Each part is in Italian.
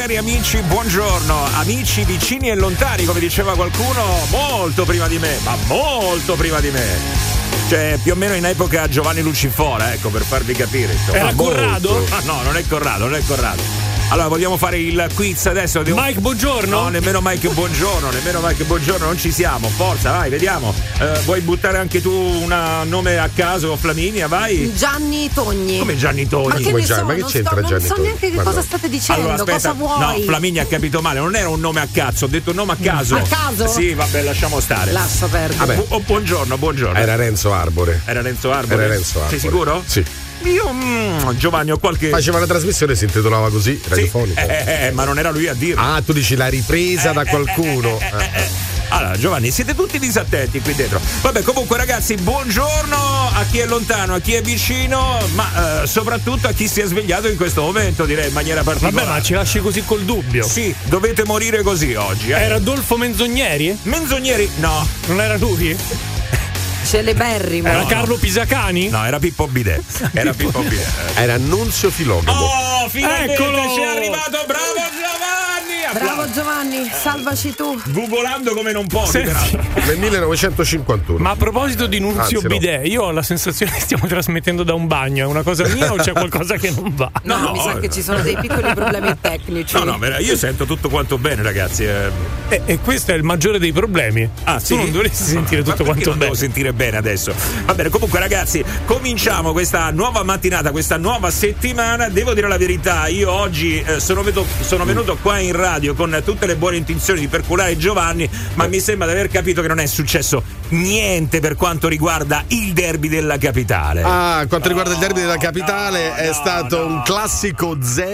cari amici, buongiorno. Amici vicini e lontani, come diceva qualcuno, molto prima di me, ma molto prima di me. Cioè, più o meno in epoca Giovanni Lucifora, ecco, per farvi capire. Era Corrado? Ah, no, non è Corrado. Allora, vogliamo fare il quiz adesso? Mike, buongiorno? No, nemmeno Mike, buongiorno, non ci siamo. Forza, vai, vediamo. Vuoi buttare anche tu un nome a caso, Flaminia, vai? Gianni Togni. Come Gianni Togni? Ma che ne so, ma che c'entra Gianni non so Togni? neanche che cosa state dicendo, allora, aspetta, cosa vuoi? No, Flaminia ha capito male, non era un nome a cazzo, ho detto un nome a caso. A caso? Sì, vabbè, lasciamo stare. Lascia perdere. Buongiorno. Era Renzo Arbore. Sei sicuro? Sì. Io, Giovanni, ho qualche. Faceva una trasmissione, si intitolava così, radiofonica. Ma non era lui a dirlo. Ah, tu dici la ripresa da qualcuno. Allora, Giovanni, siete tutti disattenti qui dentro. Vabbè, comunque, ragazzi, buongiorno a chi è lontano, a chi è vicino, ma soprattutto a chi si è svegliato in questo momento, direi in maniera particolare. Vabbè, ma ci lasci così col dubbio. Sì, dovete morire così oggi. Era Adolfo Menzogneri? Menzogneri? No. Non era lui? Celeberrimo. Era Carlo Pisacani? No, era Pippo Bidet. Era Annunzio Filogamo. Oh, finalmente Eccolo! ci è arrivato, bravo Giovanni! Bravo Giovanni, salvaci tu. Googolando come non pochi, Senti, peraltro. Nel 1951. ma a proposito di Nunzio Anzi, no. Bidet, io ho la sensazione che stiamo trasmettendo da un bagno. È una cosa mia o c'è qualcosa che non va? No, mi sa che ci sono dei piccoli problemi tecnici. No, io sento tutto quanto bene, ragazzi. E questo è il maggiore dei problemi. Ah, sì? Tu non dovresti sentire tutto quanto non bene. devo sentire bene adesso. Va bene, comunque ragazzi, cominciamo questa nuova mattinata, questa nuova settimana. Devo dire la verità, io oggi sono venuto qua in radio con tutte le buone intenzioni di perculare Giovanni, ma mi sembra di aver capito che non è successo niente per quanto riguarda il derby della capitale. Ah, quanto riguarda il derby della capitale è stato un classico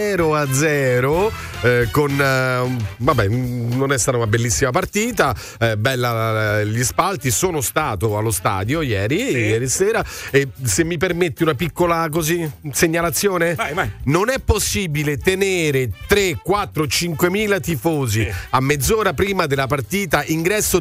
0-0 con vabbè, non è stata una bellissima partita, bella gli spalti. Sono stato allo stadio ieri sera e se mi permetti una piccola così segnalazione, vai. non è possibile tenere 3, 4, 5 mila tifosi a mezz'ora prima della partita, ingresso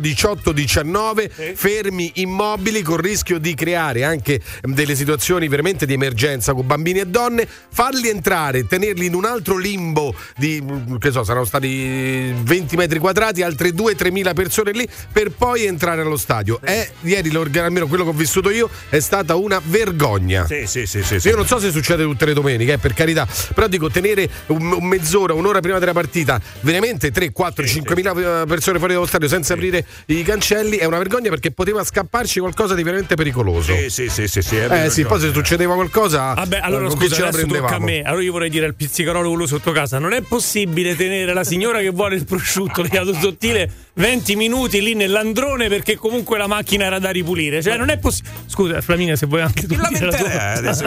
18-19, fermi immobili con rischio di creare anche delle situazioni veramente di emergenza con bambini e donne, farli entrare, tenerli in un altro limbo di, che so, saranno stati 20 metri quadrati, altre 2-3 mila persone lì per poi entrare allo stadio. Ieri, almeno quello che ho vissuto io, è stata una vergogna. Sì. Io non so se succede tutte le domeniche, per carità, però dico, tenere mezz'ora, un'ora prima della partita, veramente 3, 4, 5 mila persone fuori dallo stadio senza aprire i cancelli è una vergogna, perché poteva scapparci qualcosa di veramente pericoloso. Sì, poi se succedeva qualcosa, vabbè, allora con chi scusa, ce la adesso tocca a prendevamo? me. Allora io vorrei dire al pizzicarolo quello sotto casa, non è possibile tenere la signora che vuole il prosciutto legato sottile 20 minuti lì nell'androne perché comunque la macchina era da ripulire. Cioè non è possibile. Scusa Flaminia, se vuoi anche tu dire la tua. Adesso,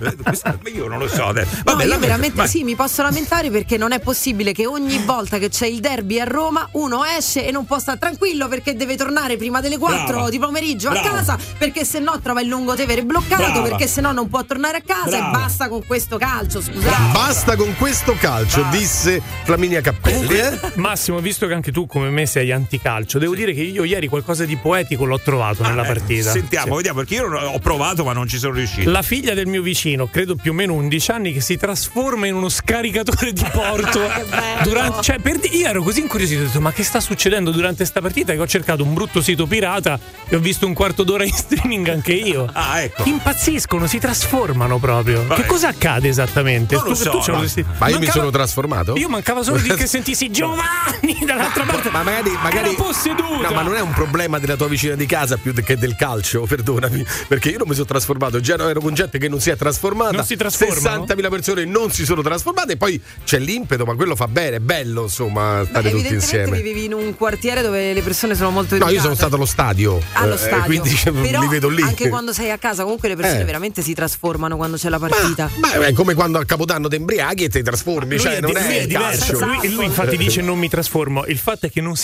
io non lo so. No, io veramente sì, mi posso lamentare perché non è possibile che ogni volta che c'è il derby a Roma uno esce e non può stare tranquillo perché deve tornare prima delle 4 di pomeriggio a casa, perché se no trova il Lungotevere bloccato, perché se no non può tornare a casa. E basta con questo calcio, scusate. Basta con questo calcio, disse Flaminia Cappelli. Massimo, visto che anche tu come me sei anticalcio, devo dire che io ieri qualcosa di poetico l'ho trovato nella partita. Vediamo, perché io ho provato ma non ci sono riuscito. La figlia del mio vicino, credo più o meno 11 anni, che si trasforma in uno scaricatore di porto durante, io ero così incuriosito, ho detto ma che sta succedendo durante sta partita, che ho cercato un brutto sito pirata e ho visto un quarto d'ora in streaming anche io. Ecco. Impazziscono, si trasformano proprio. Che cosa accade esattamente? Non lo so, ma io mi sono trasformato? Io mancava solo di che sentissi Giovanni dall'altra parte. Ma magari era posseduta. No, ma non è un problema della tua vicina di casa più che del calcio, perdonami, perché io non mi sono trasformato, già ero con gente che non si è trasformata. Non si trasformano? 60.000 persone non si sono trasformate e poi c'è l'impeto, ma quello fa bene, è bello insomma stare tutti insieme. Vivevi in un quartiere dove le persone sono molto educate. No, io sono stato allo stadio. Allo stadio. Quindi però li vedo lì. Anche quando sei a casa comunque le persone veramente si trasformano quando c'è la partita. Ma è come quando a Capodanno ti imbriaghi e ti trasformi, cioè non è diverso. calcio. Lui infatti dice non mi trasformo. Il fatto è che non se ne rende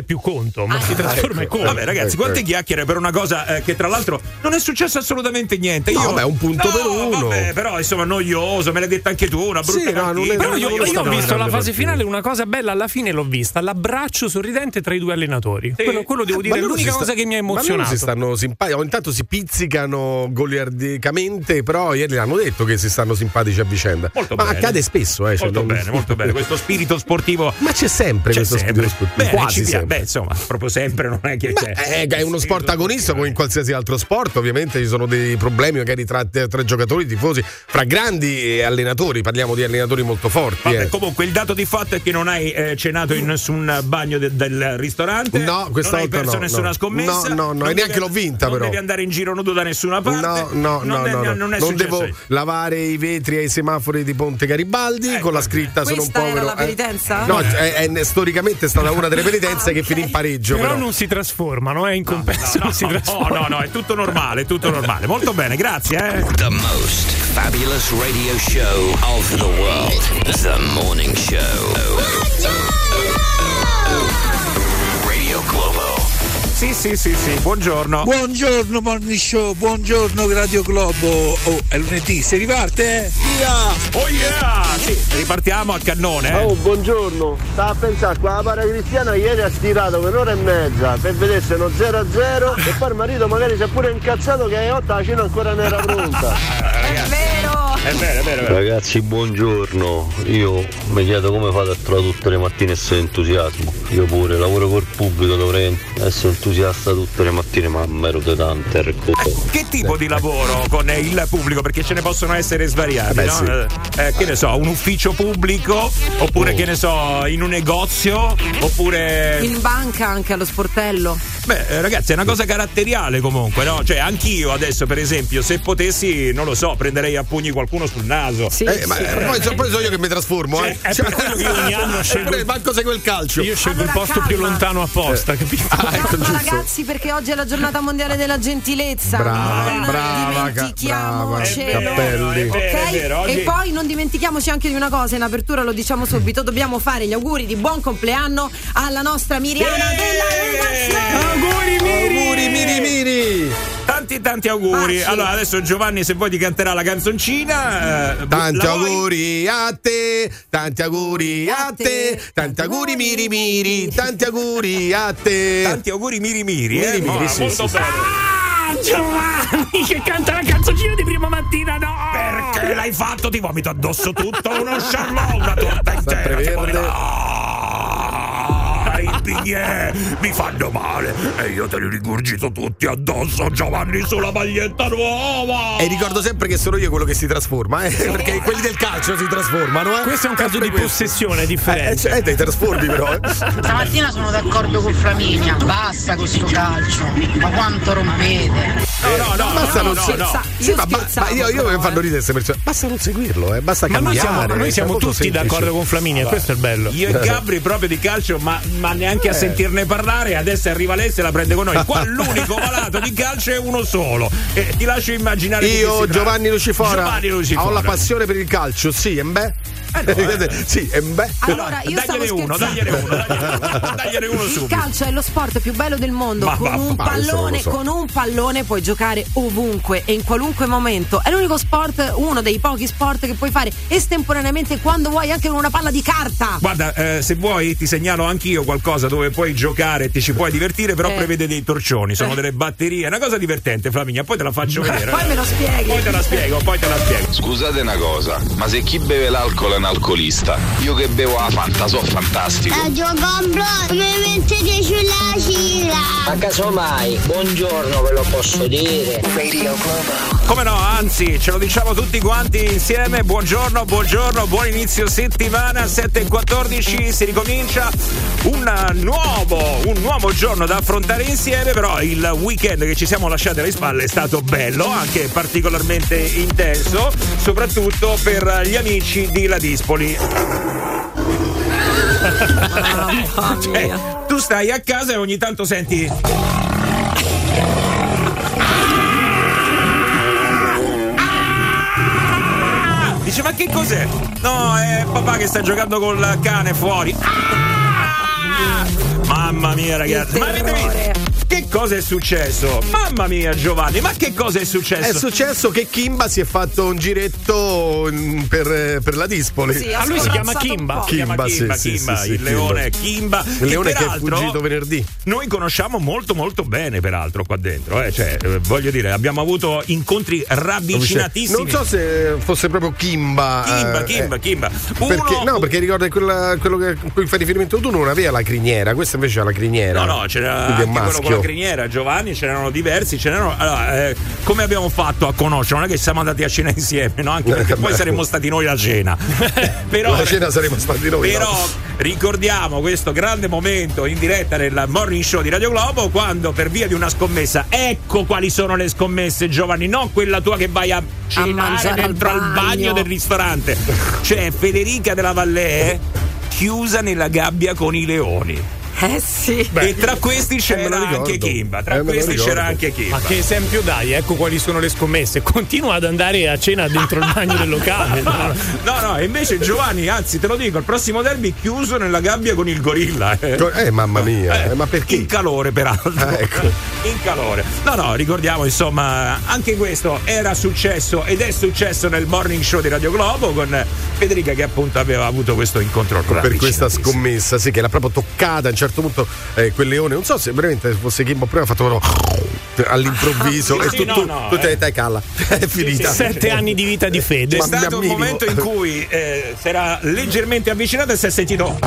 più conto, ma si trasforma in conto. Vabbè, ragazzi, quante chiacchiere per una cosa che tra l'altro non è successo assolutamente niente. No, vabbè, un punto per uno. Vabbè, però insomma noioso, me l'hai detta anche tu, una brutta Però io ho visto la fase finale, una cosa bella alla fine l'ho vista, l'abbraccio sorridente tra i due allenatori. Sì. Quello devo dire, è l'unica cosa che mi ha emozionato. Ma si stanno simpatici, intanto si pizzicano goliardicamente, però ieri hanno detto che si stanno simpatici a vicenda. Molto ma bene. Accade spesso, molto bene. Questo spirito sportivo. Ma c'è sempre questo spirito sportivo. Bene, quasi sempre. Beh, insomma, proprio sempre non è che c'è. È uno sport agonista come in qualsiasi altro sport. Ovviamente ci sono dei problemi magari tra giocatori, tifosi, fra grandi allenatori. Parliamo di allenatori molto forti. Vabbè, comunque il dato di fatto è che non hai cenato in nessun bagno del ristorante. No, questa volta non hai perso nessuna scommessa. No, e neanche l'ho vinta, però. Non devi andare in giro nudo da nessuna parte. Non devo lavare i vetri ai semafori di Ponte Garibaldi con la scritta sono un povero. Questa era la penitenza? No, storicamente è stata una delle penitenze che finì in pareggio. Però non si trasformano, in compenso. No, è tutto normale, Molto bene, grazie. The most fabulous radio show of the world. The Morning Show. Radio Globo. Sì, buongiorno. Buongiorno Morning Show, buongiorno Radio Globo. Oh, è lunedì, si riparte? Oh yeah! Sì, ripartiamo a cannone. Oh, buongiorno. Stava a pensare, qua la paracristiana ieri ha stirato per un'ora e mezza per vedere se no 0-0 e poi il marito magari si è pure incazzato che alle 8 la cena ancora non era pronta. È vero. È vero. Ragazzi, buongiorno. Io mi chiedo come fate a trovare tutte le mattine essere entusiasmo. Io pure lavoro col pubblico, dovrei essere entusiasta tutte le mattine, ma me ero tante. Che tipo di lavoro con il pubblico? Perché ce ne possono essere svariati, no? Sì. Che ne so, un ufficio pubblico, oppure che ne so, in un negozio, oppure in banca, anche allo sportello. Beh, ragazzi, è una cosa caratteriale comunque, no? Cioè, anch'io adesso, per esempio, se potessi, non lo so, prenderei a pugni qualcuno sul naso. Sì, poi so io che mi trasformo, È per quello che ogni anno scelgo. Il banco segue il calcio. Io scelgo il posto più lontano apposta, capito? Calma, ragazzi, perché oggi è la giornata mondiale della gentilezza. Brava, dimentichiamocelo. Cappelli. Ok? vero, oggi... E poi non dimentichiamoci anche di una cosa, in apertura lo diciamo subito, dobbiamo fare gli auguri di buon compleanno alla nostra Miriana della redazione. Auguri Miri. Tanti auguri. Sì. Allora adesso Giovanni, se vuoi, ti canterà la canzoncina. Tanti auguri a te, tanti auguri a te, tanti auguri Miri, tanti auguri a te. Tanti auguri Miri. Miri, sì, molto sì, bene. Giovanni che canta la canzoncina di prima mattina, no! Perché l'hai fatto? Ti vomito addosso tutto uno charlot, una torta intera. Verde. I bignè mi fanno male e io te li rigurgito tutti addosso, Giovanni, sulla maglietta nuova. E ricordo sempre che sono io quello che si trasforma, perché quelli del calcio si trasformano. Questo è un caso di possessione differente. Dei trasformi però. Stamattina sono d'accordo con Flaminia. Basta questo calcio. Ma quanto rompete? Io mi fanno ridere queste persone. Basta non seguirlo, basta cambiare. Ma noi siamo tutti semplice. D'accordo con Flaminia, questo è il bello. Io e Gabri proprio di calcio, ma neanche a sentirne parlare. Adesso arriva lei, se la prende con noi. Qua l'unico malato di calcio è uno solo. E ti lascio immaginare. Io, Giovanni Lucifora, ho la passione passione per il calcio, sì, sì, allora io dagliene uno subito. Il calcio è lo sport più bello del mondo. Con un pallone puoi giocare ovunque e in qualunque momento. È l'unico sport, uno dei pochi sport che puoi fare estemporaneamente quando vuoi, anche con una palla di carta. Guarda, se vuoi ti segnalo anch'io qualcosa dove puoi giocare e ti ci puoi divertire, però prevede dei torcioni, sono delle batterie, è una cosa divertente, Flaminia, poi te la faccio vedere. Poi me lo spieghi. Poi te la spiego. Scusate una cosa, ma se chi beve l'alcol è un alcolista, io che bevo la Fanta so fantastico. Mi mettete sulla sigla. Ma casomai, buongiorno ve lo posso dire. Radio Globo. Come no, anzi, ce lo diciamo tutti quanti insieme. Buongiorno, buon inizio settimana, 7:14, si ricomincia un nuovo giorno da affrontare insieme, però il weekend che ci siamo lasciati alle spalle è stato bello, anche particolarmente intenso, soprattutto per gli amici di Ladispoli. Tu stai a casa e ogni tanto senti dice, ma che cos'è? No, è papà che sta giocando col cane fuori. Mamma mia, ragazzi, ma avete visto? Che cosa è successo? Mamma mia, Giovanni, ma che cosa è successo? È successo che Kimba si è fatto un giretto per la Dispoli. Sì, a lui si chiama Kimba. Kimba, il leone Kimba. Il leone che è fuggito venerdì. Noi conosciamo molto molto bene, peraltro, qua dentro. Voglio dire, abbiamo avuto incontri ravvicinatissimi. Non so se fosse proprio Kimba. Kimba. Perché ricorda quello che cui fai riferimento tu non aveva la criniera, questo invece ha la criniera. No, c'era anche quello con la criniera, Giovanni, ce n'erano diversi, allora, come abbiamo fatto a conoscere? Non è che siamo andati a cena insieme, no? Anche perché poi saremmo stati noi la cena. Però, la cena saremmo stati noi. Però ricordiamo questo grande momento in diretta nel Morning Show di Radio Globo, quando per via di una scommessa, ecco quali sono le scommesse, Giovanni, non quella tua che vai a cenare dentro al bagno del ristorante. C'è Federica della Vallée chiusa nella gabbia con i leoni. Sì. E tra questi c'era anche Kimba. Ma che esempio dai? Ecco quali sono le scommesse. Continua ad andare a cena dentro il bagno del locale. No, invece Giovanni, anzi te lo dico, il prossimo derby chiuso nella gabbia con il gorilla. Mamma mia, ma perché? In calore, peraltro. Ecco. In calore. No, ricordiamo, insomma, anche questo era successo ed è successo nel Morning Show di Radio Globo con Federica, che appunto aveva avuto questo incontro per questa scommessa, sì, che l'ha proprio toccata. A un certo punto quel leone, non so se veramente fosse Kimbo, prima ha fatto all'improvviso e tu ti hai detto calla, è finita. 7 anni di vita di fede. C'è stato un momento in cui si era leggermente avvicinato e si è sentito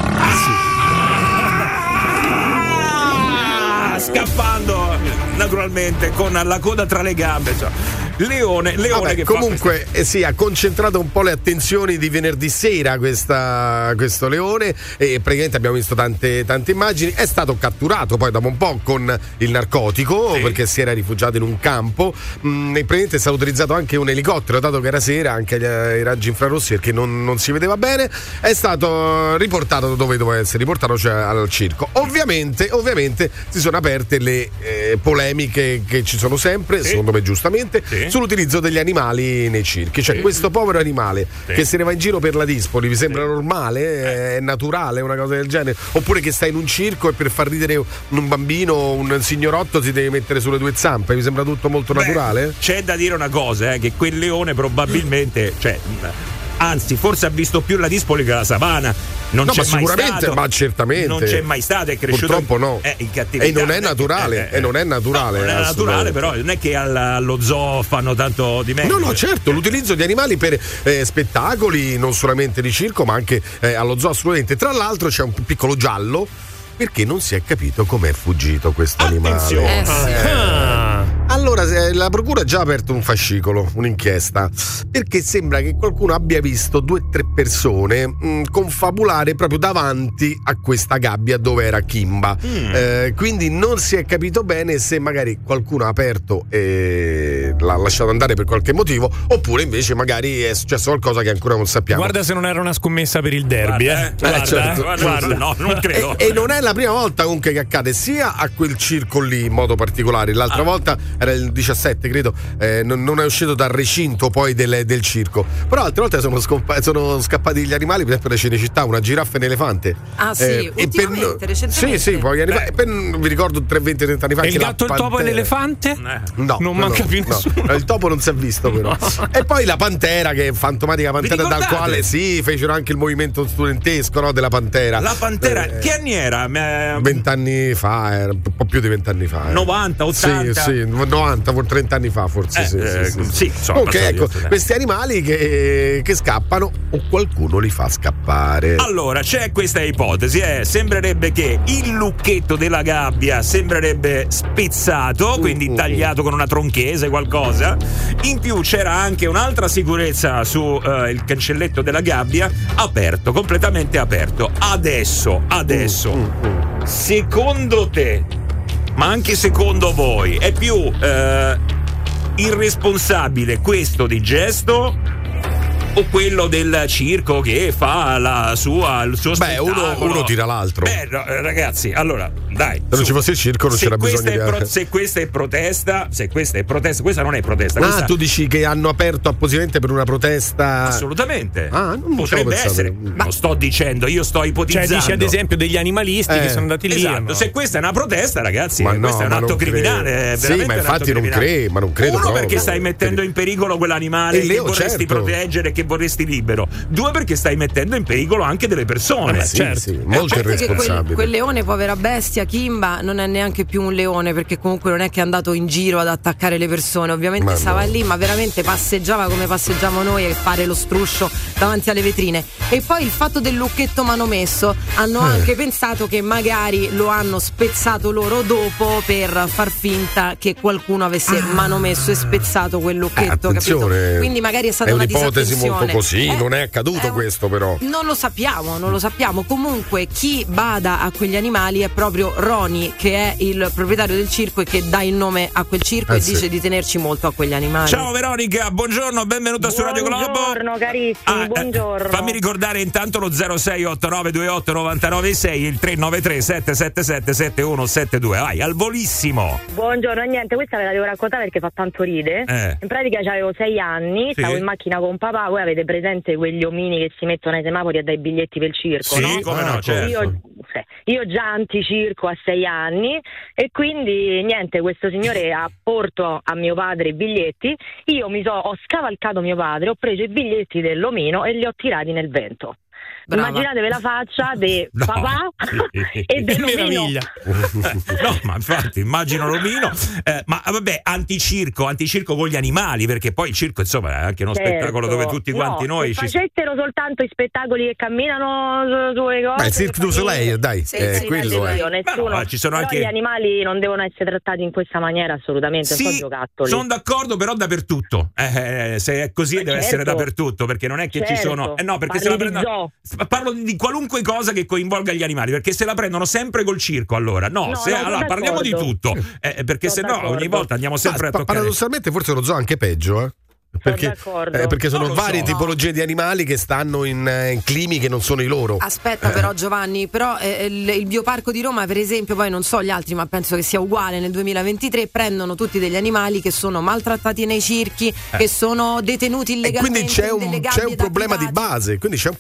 scappando naturalmente con la coda tra le gambe, cioè. Leone che comunque ha concentrato un po' le attenzioni di venerdì sera questo leone, e praticamente abbiamo visto tante immagini. È stato catturato poi dopo un po' con il narcotico, perché si era rifugiato in un campo, e praticamente è stato utilizzato anche un elicottero, dato che era sera, anche i raggi infrarossi, perché non si vedeva bene. È stato riportato dove doveva essere riportato, cioè al circo. Ovviamente si sono aperte le polemiche che ci sono sempre, secondo me giustamente, sull'utilizzo degli animali nei circhi. Cioè questo povero animale che se ne va in giro per la Dispoli, vi sembra normale? È naturale una cosa del genere? Oppure che sta in un circo e per far ridere un bambino, un signorotto, si deve mettere sulle 2 zampe? Vi sembra tutto molto naturale? C'è da dire una cosa, che quel leone probabilmente, anzi, forse ha visto più la Dispoli che la savana. Non c'è sicuramente, mai stato, ma certamente. Non c'è mai stato, è cresciuto. Purtroppo no. In cattività. E non è naturale. Non è naturale, però non è che allo zoo fanno tanto di meglio. No, certo, l'utilizzo di animali per spettacoli, non solamente di circo, ma anche allo zoo, assolutamente. Tra l'altro c'è un piccolo giallo, perché non si è capito com'è fuggito questo animale. Allora, la procura ha già aperto un fascicolo, un'inchiesta, perché sembra che qualcuno abbia visto 2 o 3 persone confabulare proprio davanti a questa gabbia dove era Kimba. Quindi non si è capito bene se magari qualcuno ha aperto e l'ha lasciato andare per qualche motivo, oppure invece magari è successo qualcosa che ancora non sappiamo. Guarda se non era una scommessa per il derby. Guarda. No, non credo. E non è la prima volta comunque che accade, sia a quel circo lì in modo particolare. L'altra volta era il 17, credo, non è uscito dal recinto poi del circo. Però altre volte sono scappati gli animali, per esempio da Cinecittà, una giraffa e un elefante. Ultimamente, recentemente. Sì, poi vi ricordo 20-30 anni fa. E il gatto, il topo e l'elefante? No, non manca più nessuno. No. Il topo non si è visto, però. E poi la pantera, che è fantomatica pantera, dal quale fecero anche il movimento studentesco, della pantera. La pantera, che anni era? 20 anni fa, era un po' più di 20 anni fa. 90, 80? Sì, 90, 30 anni fa forse. Sì. Ok, ecco, questi animali che scappano o qualcuno li fa scappare. Allora, c'è questa ipotesi, sembrerebbe che il lucchetto della gabbia sembrerebbe spezzato, quindi tagliato con una tronchese, qualcosa. In più c'era anche un'altra sicurezza su il cancelletto della gabbia, aperto, completamente aperto. Adesso, secondo te, ma anche secondo voi, è più irresponsabile questo di gesto o quello del circo che fa il suo spettacolo. Uno tira l'altro. Ragazzi, allora dai, se non ci fosse il circo non c'era bisogno di se questa è protesta, questa non è protesta. Tu dici che hanno aperto appositamente per una protesta? Assolutamente. Non potrebbe essere. Ma non sto dicendo, io sto ipotizzando. Cioè dici ad esempio degli animalisti che sono andati lì. Esatto, se questa è una protesta, ragazzi, questo è un atto criminale. Sì, ma infatti non credo. Uno, perché stai mettendo in pericolo quell'animale che vorresti proteggere, che vorresti libero. Due, perché stai mettendo in pericolo anche delle persone. Molto irresponsabile. Quel leone, povera bestia, Kimba, non è neanche più un leone, perché comunque non è che è andato in giro ad attaccare le persone. Ovviamente stava lì, ma veramente passeggiava come passeggiamo noi, e fare lo struscio davanti alle vetrine. E poi il fatto del lucchetto manomesso, hanno anche pensato che magari lo hanno spezzato loro dopo per far finta che qualcuno avesse manomesso e spezzato quel lucchetto, attenzione, capito? Quindi magari è stata un'ipotesi una molto così, non è accaduto questo però. Non lo sappiamo. Comunque chi bada a quegli animali è proprio Roni, che è il proprietario del circo e che dà il nome a quel circo e dice di tenerci molto a quegli animali. Ciao Veronica, buongiorno, benvenuta su Radio Globo. Buongiorno carissimi, buongiorno. Fammi ricordare intanto lo 0689289996, il 393 777 7172. Vai, al volissimo. Buongiorno, niente, questa ve la devo raccontare perché fa tanto ride. In pratica avevo 6 anni, stavo in macchina con papà. Voi avete presente quegli omini che si mettono ai semafori a dare i biglietti per il circo? Sì, no? come no, certo. Io già anticirco a 6 anni e quindi niente, questo signore ha porto a mio padre i biglietti. Io ho scavalcato mio padre, ho preso i biglietti dell'omino e li ho tirati nel vento. Brava. Immaginatevi la faccia di papà e dell'omino. No, ma infatti immagino l'omino. Ma vabbè, anticirco con gli animali, perché poi il circo insomma è anche uno spettacolo dove tutti quanti noi ci facettero soltanto i spettacoli che camminano sulle cose. Il Cirque du Soleil, dai, quello è. Nessuno. Ci sono anche gli animali non devono essere trattati in questa maniera, assolutamente. Sì, sono d'accordo, però dappertutto. Se è così deve essere dappertutto, perché non è che ci sono. No, perché se la prendono. Parlo di qualunque cosa che coinvolga gli animali, perché se la prendono sempre col circo, allora allora parliamo di tutto, perché se no ogni volta andiamo sempre a toccare. Paradossalmente forse lo zoo è anche peggio, perché sono varie tipologie di animali che stanno in climi che non sono i loro. Aspetta però Giovanni, però il bioparco di Roma per esempio, poi non so gli altri ma penso che sia uguale nel 2023, prendono tutti degli animali che sono maltrattati nei circhi, che sono detenuti illegalmente, quindi c'è un problema di base,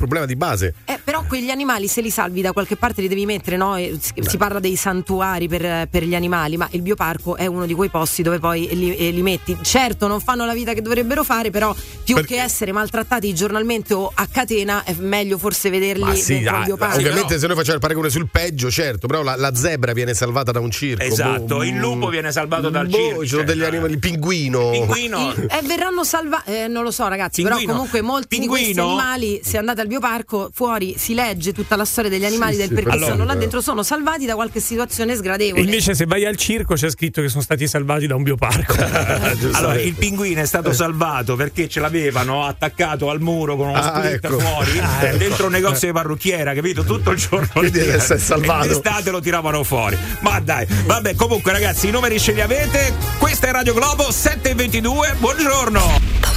però quegli animali se li salvi da qualche parte li devi mettere, no? Si parla dei santuari per gli animali, ma il bioparco è uno di quei posti dove poi li metti. Certo non fanno la vita che dovrebbero fare, però che essere maltrattati giornalmente o a catena è meglio forse vederli dentro il bioparco. Ovviamente se noi facciamo il paragone sul peggio, certo, però la zebra viene salvata da un circo, il lupo viene salvato dal circo, ci sono degli animali, il pinguino. Verranno salvati, non lo so ragazzi, però comunque molti di questi animali, se andate al bioparco fuori si legge tutta la storia degli animali del perché sono là dentro, sono salvati da qualche situazione sgradevole. Invece se vai al circo c'è scritto che sono stati salvati da un bioparco. Allora il pinguino è stato salvato perché ce l'avevano attaccato al muro con uno split fuori dentro un negozio di parrucchiera, capito? Tutto il giorno quindi deve essere salvato. E l'estate lo tiravano fuori. Ma dai, vabbè, comunque ragazzi, i numeri ce li avete. Questa è Radio Globo 7:22. Buongiorno.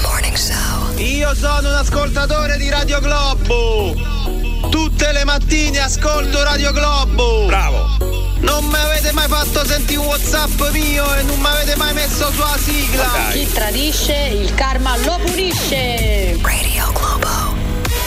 Io sono un ascoltatore di Radio Globo. Tutte le mattine ascolto Radio Globo. Bravo. Non mi avete mai fatto sentire un WhatsApp mio e non mi avete mai messo sulla sigla. Chi tradisce il karma lo punisce. Radio Globo.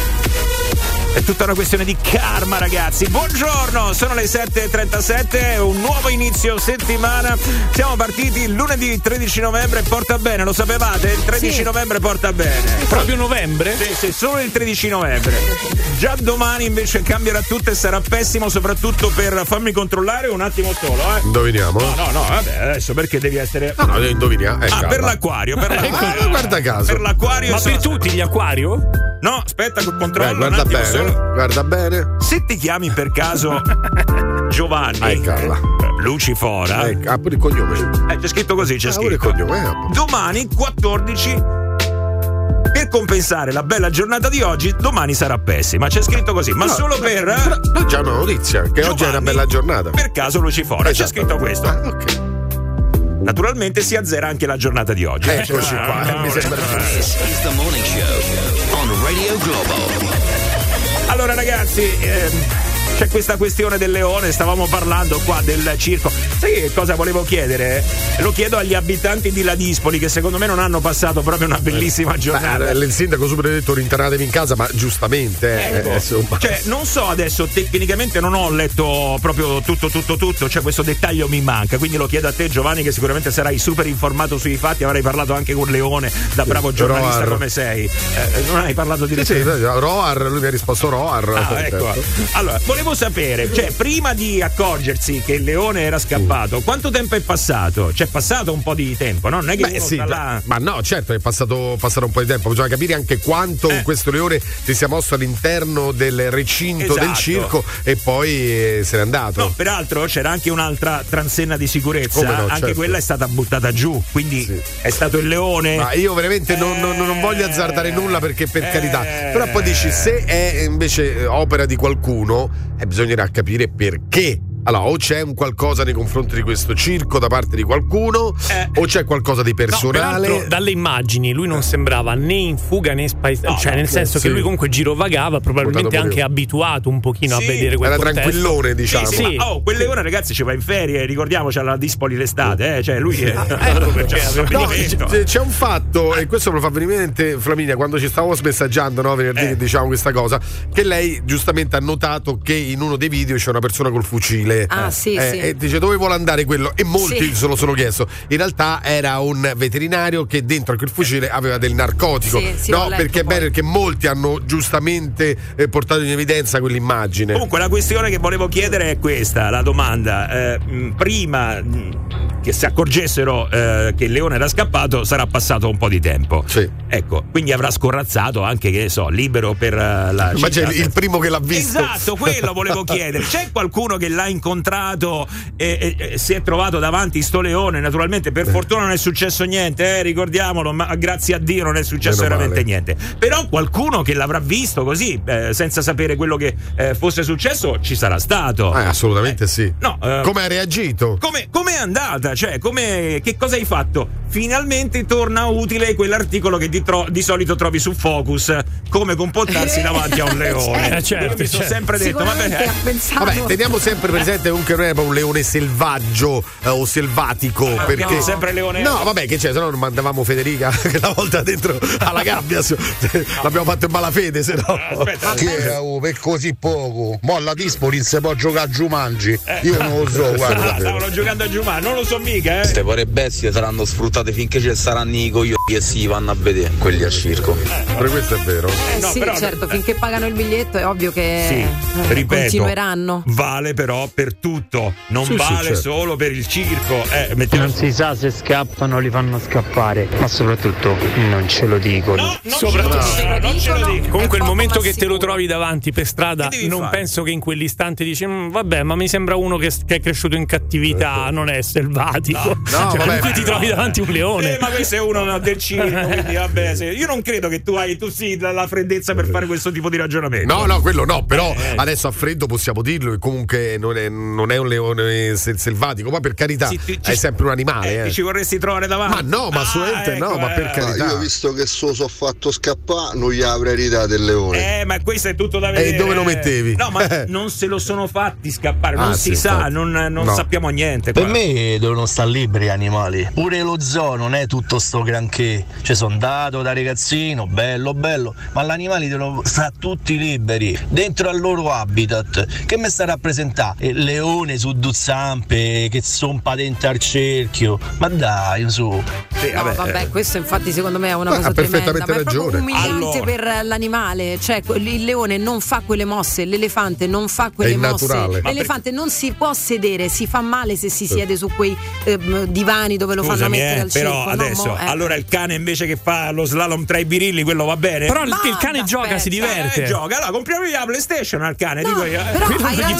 È tutta una questione di karma, ragazzi. Buongiorno, sono le 7:37, un nuovo inizio settimana. Siamo partiti lunedì 13 novembre, porta bene, lo sapevate? Il 13 novembre porta bene. Proprio novembre? Sì, solo il 13 novembre. Già domani invece cambierà tutto e sarà pessimo, soprattutto per, fammi controllare un attimo solo, Indoviniamo? No, vabbè, adesso perché devi essere. No, indoviniamo. Per l'acquario, guarda caso. Per l'acquario. Ma per tutti gli acquario? No, aspetta, controllo. Guarda bene, solo. Guarda bene. Se ti chiami per caso Giovanni Lucifora, pure il cognome. c'è scritto così, c'è scritto. Il cognome, domani 14. Per compensare la bella giornata di oggi, domani sarà pessima. C'è scritto così, ma solo per. Già una notizia che Giovanni, oggi è una bella giornata. Per caso Lucifora, c'è scritto questo. naturalmente si azzera anche la giornata di oggi. Eccoci qua, mi sembra. This is the morning show on Radio Globo. Allora ragazzi, c'è questa questione del leone, stavamo parlando qua del circo. Sai che cosa volevo chiedere? Lo chiedo agli abitanti di Ladispoli, che secondo me non hanno passato proprio una bellissima giornata. Il sindaco subito ha detto rinterratevi in casa, ma giustamente insomma. Cioè, non so adesso, tecnicamente non ho letto proprio tutto, cioè questo dettaglio mi manca, quindi lo chiedo a te Giovanni, che sicuramente sarai super informato sui fatti, avrai parlato anche con Leone, da bravo giornalista Roar. Come sei. Non hai parlato di Roar, lui mi ha risposto Roar. Ecco. Allora, volevo sapere, cioè, prima di accorgersi che il leone era scappato, quanto tempo è passato? C'è passato un po' di tempo, no? Non è che uno sta là... Ma no, certo, è passato un po' di tempo. Bisogna capire anche quanto questo leone si sia mosso all'interno del recinto del circo e poi se n'è andato. No, peraltro c'era anche un'altra transenna di sicurezza, anche quella è stata buttata giù, quindi è stato il leone. Ma io veramente non voglio azzardare nulla, perché per carità, però poi dici, se è invece opera di qualcuno, bisognerà capire perché. Allora, o c'è un qualcosa nei confronti di questo circo da parte di qualcuno, o c'è qualcosa di personale. No, dalle immagini lui non sembrava né in fuga né spaesato, cioè nel senso che lui comunque girovagava, probabilmente anche abituato un pochino a vedere quel contesto. Era tranquillone, diciamo. Sì. Ma, quel leone, ragazzi, ci va in ferie, ricordiamoci, alla Dispoli l'estate, cioè lui è c'è un fatto, e questo me lo fa venire in mente Flaminia, quando ci stavamo messaggiando, no, venerdì, che diciamo questa cosa, che lei giustamente ha notato che in uno dei video c'è una persona col fucile. Sì. E dice dove vuole andare quello, e molti se lo sono chiesto. In realtà era un veterinario che dentro a quel fucile aveva del narcotico, no? Perché è bene, perché molti hanno giustamente portato in evidenza quell'immagine. Comunque la questione che volevo chiedere è questa, la domanda, prima che si accorgessero che il leone era scappato sarà passato un po' di tempo, ecco, quindi avrà scorrazzato anche, che so, libero per la ma c'è il primo che l'ha visto. Esatto, quello volevo chiedere. C'è qualcuno che l'ha incontrato e si è trovato davanti sto leone? Naturalmente per fortuna non è successo niente, ricordiamolo, ma grazie a Dio non è successo veramente niente. Però qualcuno che l'avrà visto così senza sapere quello che fosse successo ci sarà stato. Assolutamente sì. No, come ha reagito? Come è andata? Cioè, che cosa hai fatto? Finalmente torna utile quell'articolo che di solito trovi su Focus, come comportarsi davanti a un leone. Certo, mi sono sempre detto, vabbè, teniamo sempre presente comunque non è un leone selvaggio o selvatico, perché sempre leone. No, vabbè, che c'è, se no non mandavamo Federica una volta dentro alla gabbia, l'abbiamo fatto in malafede, se no. Aspetta, per così poco. Mo' alla Dispoli se può giocare a Giumangi. Io non lo so, guarda. Stavano giocando a Giumangi, non lo so mica, Queste povere bestie saranno sfruttate finché ci saranno i coglioni che si vanno a vedere quelli al circo. Però questo è vero. No, sì, però, certo, finché pagano il biglietto è ovvio che ripeto, continueranno. Vale però per tutto, non vale solo per il circo. Non si sa se scappano, li fanno scappare, ma soprattutto non ce lo dicono. Non ce lo dico. Comunque il momento che te lo trovi davanti per strada, non penso che in quell'istante dici vabbè, ma mi sembra uno che è cresciuto in cattività, non è selvatico. No, comunque ti trovi davanti un leone. Ma questo è uno del circo, quindi vabbè, io non credo che tu sì la freddezza per fare questo tipo di ragionamento. No, quello no, però adesso a freddo possiamo dirlo che comunque non è un leone selvatico, ma per carità è sempre un animale. Ti ci vorresti trovare davanti? Ma no, ma assolutamente no, ma per carità. Io visto che so fatto scappare, non gli avrei ridato il leone. Ma questo è tutto da vedere. E dove lo mettevi? No, ma non se lo sono fatti scappare, non si sa, non sappiamo niente. Per me devono stare liberi gli animali. Pure lo zoo non è tutto sto granché. Cioè, sono andato da ragazzino, bello, ma gli animali devono stare tutti liberi, dentro al loro habitat. Che mi sta a rappresentare? Il leone su due zampe, che sono patente al cerchio. Ma dai, su. Vabbè, questo infatti secondo me è una cosa tremenda, ma è proprio umiliante per l'animale. Cioè, il leone non fa quelle mosse, l'elefante non fa quelle mosse. L'elefante non si può sedere, si fa male se si siede su quei divani dove lo fanno mettere al circo. Però adesso, allora il cane invece che fa lo slalom tra i birilli, quello va bene? Però il cane gioca, si diverte. Gioca, allora compriamogli la PlayStation al cane, dico io. Però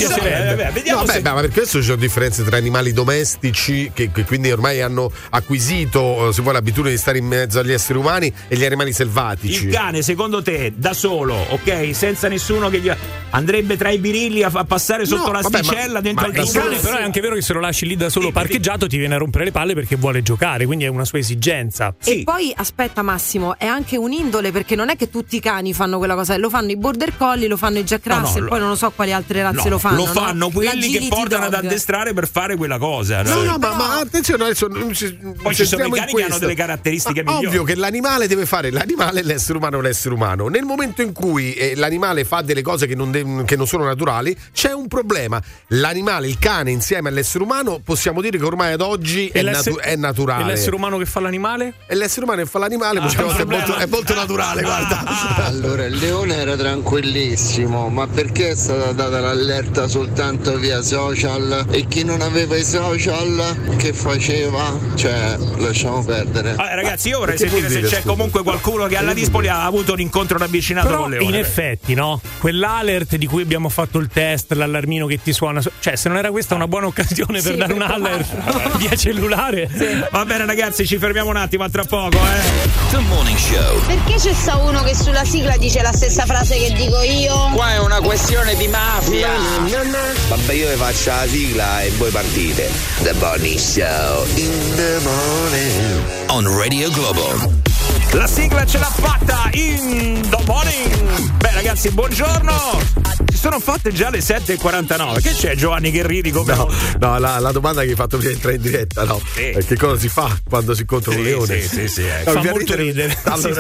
vediamo. Ma per questo ci sono differenze tra animali domestici che quindi ormai hanno acquisito, se vuoi, l'abitudine di stare in mezzo agli esseri umani, e gli animali selvatici. Il cane, secondo te, da solo, ok? Senza nessuno che gli andrebbe tra i birilli a passare sotto l'asticella dentro il cane. Però è anche vero che se lo lasci lì da solo parcheggiato ti viene a rompere le palle perché vuole giocare, quindi è una sua esigenza. E poi aspetta Massimo, è anche un'indole, perché non è che tutti i cani fanno quella cosa, lo fanno i border collie, lo fanno i Jack Russell, poi non lo so quali altre razze lo fanno. Lo fanno quelli che portano ad addestrare per fare quella cosa. Ma attenzione, adesso poi ci sono i cani che hanno delle caratteristiche migliori. Ovvio che l'animale deve fare l'animale, l'essere umano l'essere umano. Nel momento in cui l'animale fa delle cose che non sono naturali, c'è un problema. L'animale, il cane insieme all'essere umano, possiamo dire che ormai ad oggi è naturale. E l'essere umano che fa l'animale? E l'essere umano che fa l'animale è molto naturale, guarda. Allora, il leone era tranquillissimo, ma perché è stata data l'allerta soltanto via social? E chi non aveva i social che faceva? Cioè, lasciamo perdere. Ragazzi, io vorrei sentire se c'è comunque qualcuno che alla Dispoli ha avuto un incontro ravvicinato con leone. In effetti, no? Quell'alert di cui abbiamo fatto il test, l'allarmino che ti suona, cioè se non era questa una buona occasione per dare un alert via cellulare. Va bene ragazzi, ci fermiamo un attimo, a tra poco. The Morning Show. Perché c'è sta uno che sulla sigla dice la stessa frase che dico io? Qua è una questione di mafia. Vabbè, io vi faccio la sigla e voi partite. The Morning Show in the morning on Radio Globo. La sigla ce l'ha fatta in The Morning. Beh ragazzi, buongiorno. Si sono fatte già le 7:49. Che c'è, Giovanni, che ridi come? No, la domanda che hai fatto prima di entrare in diretta, no? Sì. Che cosa si fa quando si incontra un leone? Sì. Fa molto ridere. Allora,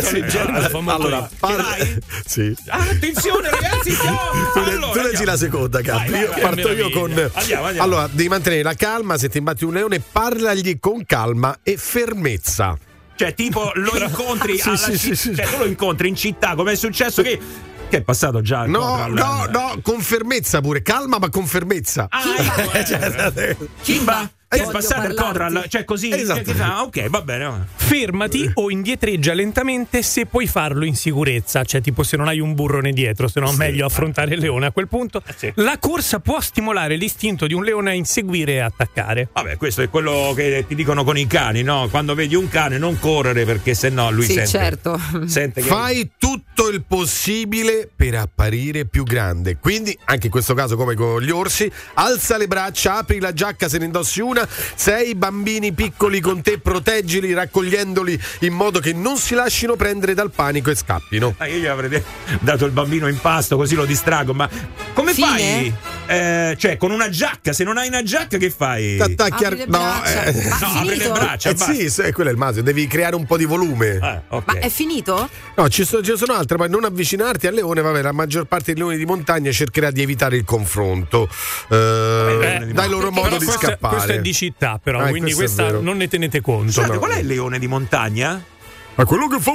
sì. Attenzione ragazzi, tu leggi la seconda, Cap. Parto io con. Andiamo. Allora, devi mantenere la calma. Se ti imbatti un leone, parlagli con calma e fermezza. Cioè, tipo, lo incontri cioè, tu lo incontri in città, come è successo che è passato già. No, con fermezza pure, calma ma con fermezza. Kimba? Che è passato il Codral, cioè così. Ok, va bene. Fermati o indietreggia lentamente se puoi farlo in sicurezza, cioè tipo se non hai un burrone dietro, se no meglio affrontare il leone a quel punto. La corsa può stimolare l'istinto di un leone a inseguire e attaccare. Vabbè, questo è quello che ti dicono con i cani, no? Quando vedi un cane non correre perché sennò lui sente. Certo. Sente che fai tutto il possibile per apparire più grande. Quindi, anche in questo caso come con gli orsi, alza le braccia, apri la giacca se ne indossi una. Se hai bambini piccoli con te, proteggili raccogliendoli in modo che non si lasciino prendere dal panico e scappino. Io gli avrei dato il bambino in pasto così lo distrago, ma come fai? Cioè con una giacca, se non hai una giacca che fai? T'attacchi apri le braccia. apri le braccia. Sì, quello è il massimo, devi creare un po' di volume. Okay. Ma è finito? No, ci sono altre, ma non avvicinarti al leone. Vabbè, la maggior parte dei leoni di montagna cercherà di evitare il confronto. Dai loro modo di scappare. Questo è di città, però, quindi questa non ne tenete conto. Scusate, qual è il leone di montagna? Ma quello che fa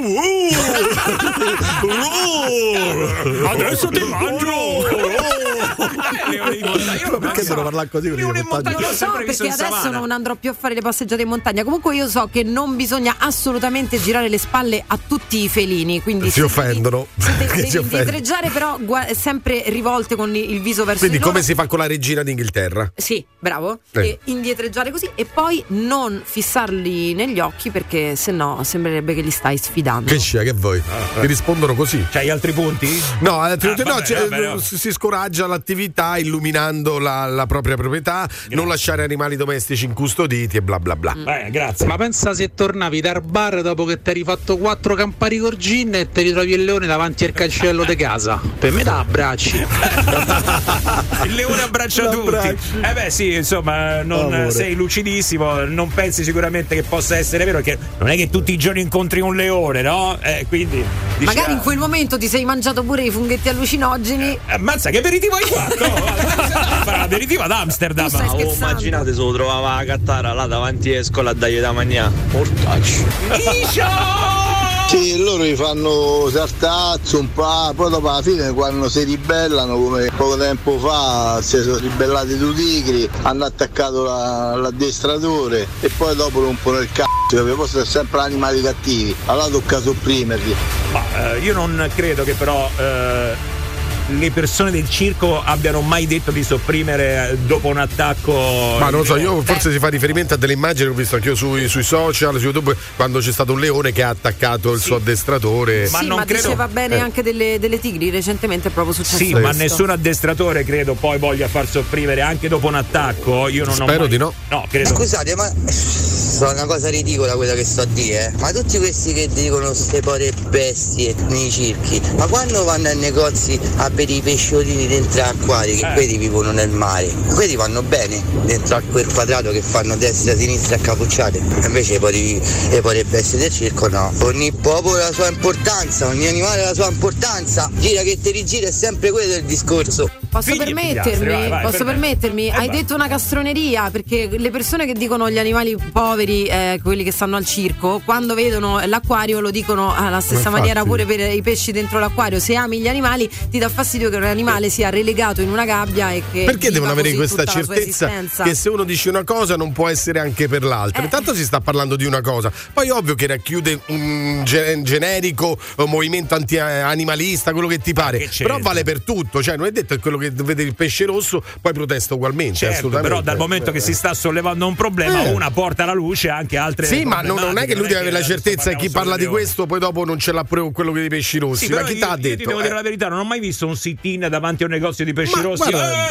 adesso ti mangio. Perché devo parlare così? Non lo so, perché adesso non andrò più a fare le passeggiate in montagna. Comunque io so che non bisogna assolutamente girare le spalle a tutti i felini, quindi si offendono. Devi indietreggiare, però sempre rivolte con il viso verso quindi di loro. Come si fa con la regina d'Inghilterra? Sì, bravo. E indietreggiare così e poi non fissarli negli occhi, perché sennò sembrerebbe che li stai sfidando. Che vuoi? Ti rispondono così. C'hai altri punti? No, si scoraggia l'attività illuminando la propria proprietà, non lasciare animali domestici incustoditi e bla bla bla. Grazie. Ma pensa se tornavi dal bar dopo che ti eri fatto 4 Campari col gin e ti ritrovi il leone davanti al cancello di casa. Per me da abbracci. Il leone abbraccia tutti. Sì, insomma, non sei lucidissimo, non pensi sicuramente che possa essere vero, perché non è che tutti i giorni incontri un leone, no? Quindi magari in quel momento ti sei mangiato pure i funghetti allucinogeni. Ammazza, che aperitivo hai fatto? Farà l'aperitivo ad Amsterdam. Immaginate se lo trovava a cattara là davanti a scuola a dargli da mangiare. Portaccio. Sì, loro gli fanno sartazzo un po', poi dopo alla fine quando si ribellano, come poco tempo fa si sono ribellati due tigri, hanno attaccato l'addestratore e poi dopo rompono il cazzo, poi sono sempre animali cattivi, allora tocca sopprimerli. Ma io non credo che però le persone del circo abbiano mai detto di sopprimere dopo un attacco. Ma non lo so, io forse si fa riferimento a delle immagini che ho visto anch'io sui social, su YouTube, quando c'è stato un leone che ha attaccato il suo addestratore. Ma non credo... diceva bene anche delle tigri, recentemente è proprio successo. Sì, ma nessun addestratore credo poi voglia far sopprimere anche dopo un attacco. Io non Spero ho mai... di no. No, credo. Scusate, ma sono una cosa ridicola quella che sto a dire. Ma tutti questi che dicono queste povere bestie nei circhi, ma quando vanno ai negozi a vedere i pesciolini dentro acquari, che quelli vivono nel mare, quelli vanno bene dentro a quel quadrato che fanno destra, sinistra, accapucciate. Invece le povere bestie del circo no. Ogni popolo ha la sua importanza, ogni animale ha la sua importanza. Gira che ti rigira, è sempre quello il discorso. Posso permettermi? Hai detto una castroneria, perché le persone che dicono gli animali poveri, quelli che stanno al circo, quando vedono l'acquario lo dicono alla stessa maniera pure per i pesci dentro l'acquario. Se ami gli animali ti dà fastidio che un animale sia relegato in una gabbia e che perché devono avere questa certezza che se uno dice una cosa non può essere anche per l'altra. Intanto si sta parlando di una cosa, poi ovvio che racchiude un generico movimento anti-animalista, quello che ti pare, però vale per tutto, cioè non è detto che quello che vede il pesce rosso poi protesta ugualmente. Certo, assolutamente. però dal momento che si sta sollevando un problema, una porta alla luce anche altre. Sì, ma non è che lui deve avere la certezza e chi parla di questo poi dopo non ce l'ha pure con quello dei pesci rossi. Sì, ma chi t'ha detto? Io ti devo dire la verità, non ho mai visto un sit-in davanti a un negozio di pesci rossi.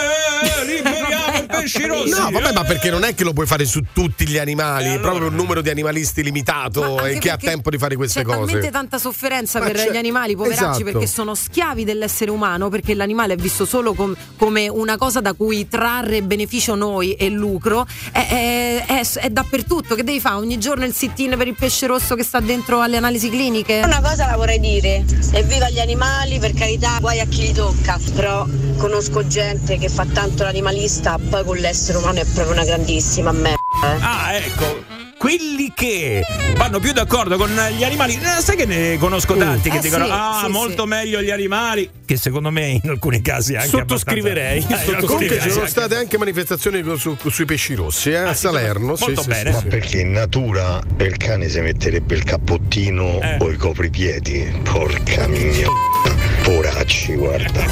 Liberiamo i pesci rossi. No, vabbè, ma perché non è che lo puoi fare su tutti gli animali, è proprio un numero di animalisti limitato e che ha tempo di fare queste cose. C'è talmente tanta sofferenza per gli animali, poveracci, perché sono schiavi dell'essere umano, perché l'animale è visto solo come una cosa da cui trarre beneficio noi e lucro. È dappertutto. Che devi fare ogni giorno il sit-in per il pesce rosso che sta dentro alle analisi cliniche? Una cosa la vorrei dire: evviva gli animali, per carità, guai a chi li tocca, però conosco gente che fa tanto l'animalista, poi con l'essere umano è proprio una grandissima merda. Ah, ecco, quelli che vanno più d'accordo con gli animali, sai che ne conosco tanti che dicono molto meglio gli animali, che secondo me in alcuni casi anche sottoscriverei. Comunque ci sono state anche manifestazioni sui pesci rossi a Salerno. Molto bene. Ma perché in natura il cane si metterebbe il cappottino o i copripiedi? Porca mia, poracci, guarda.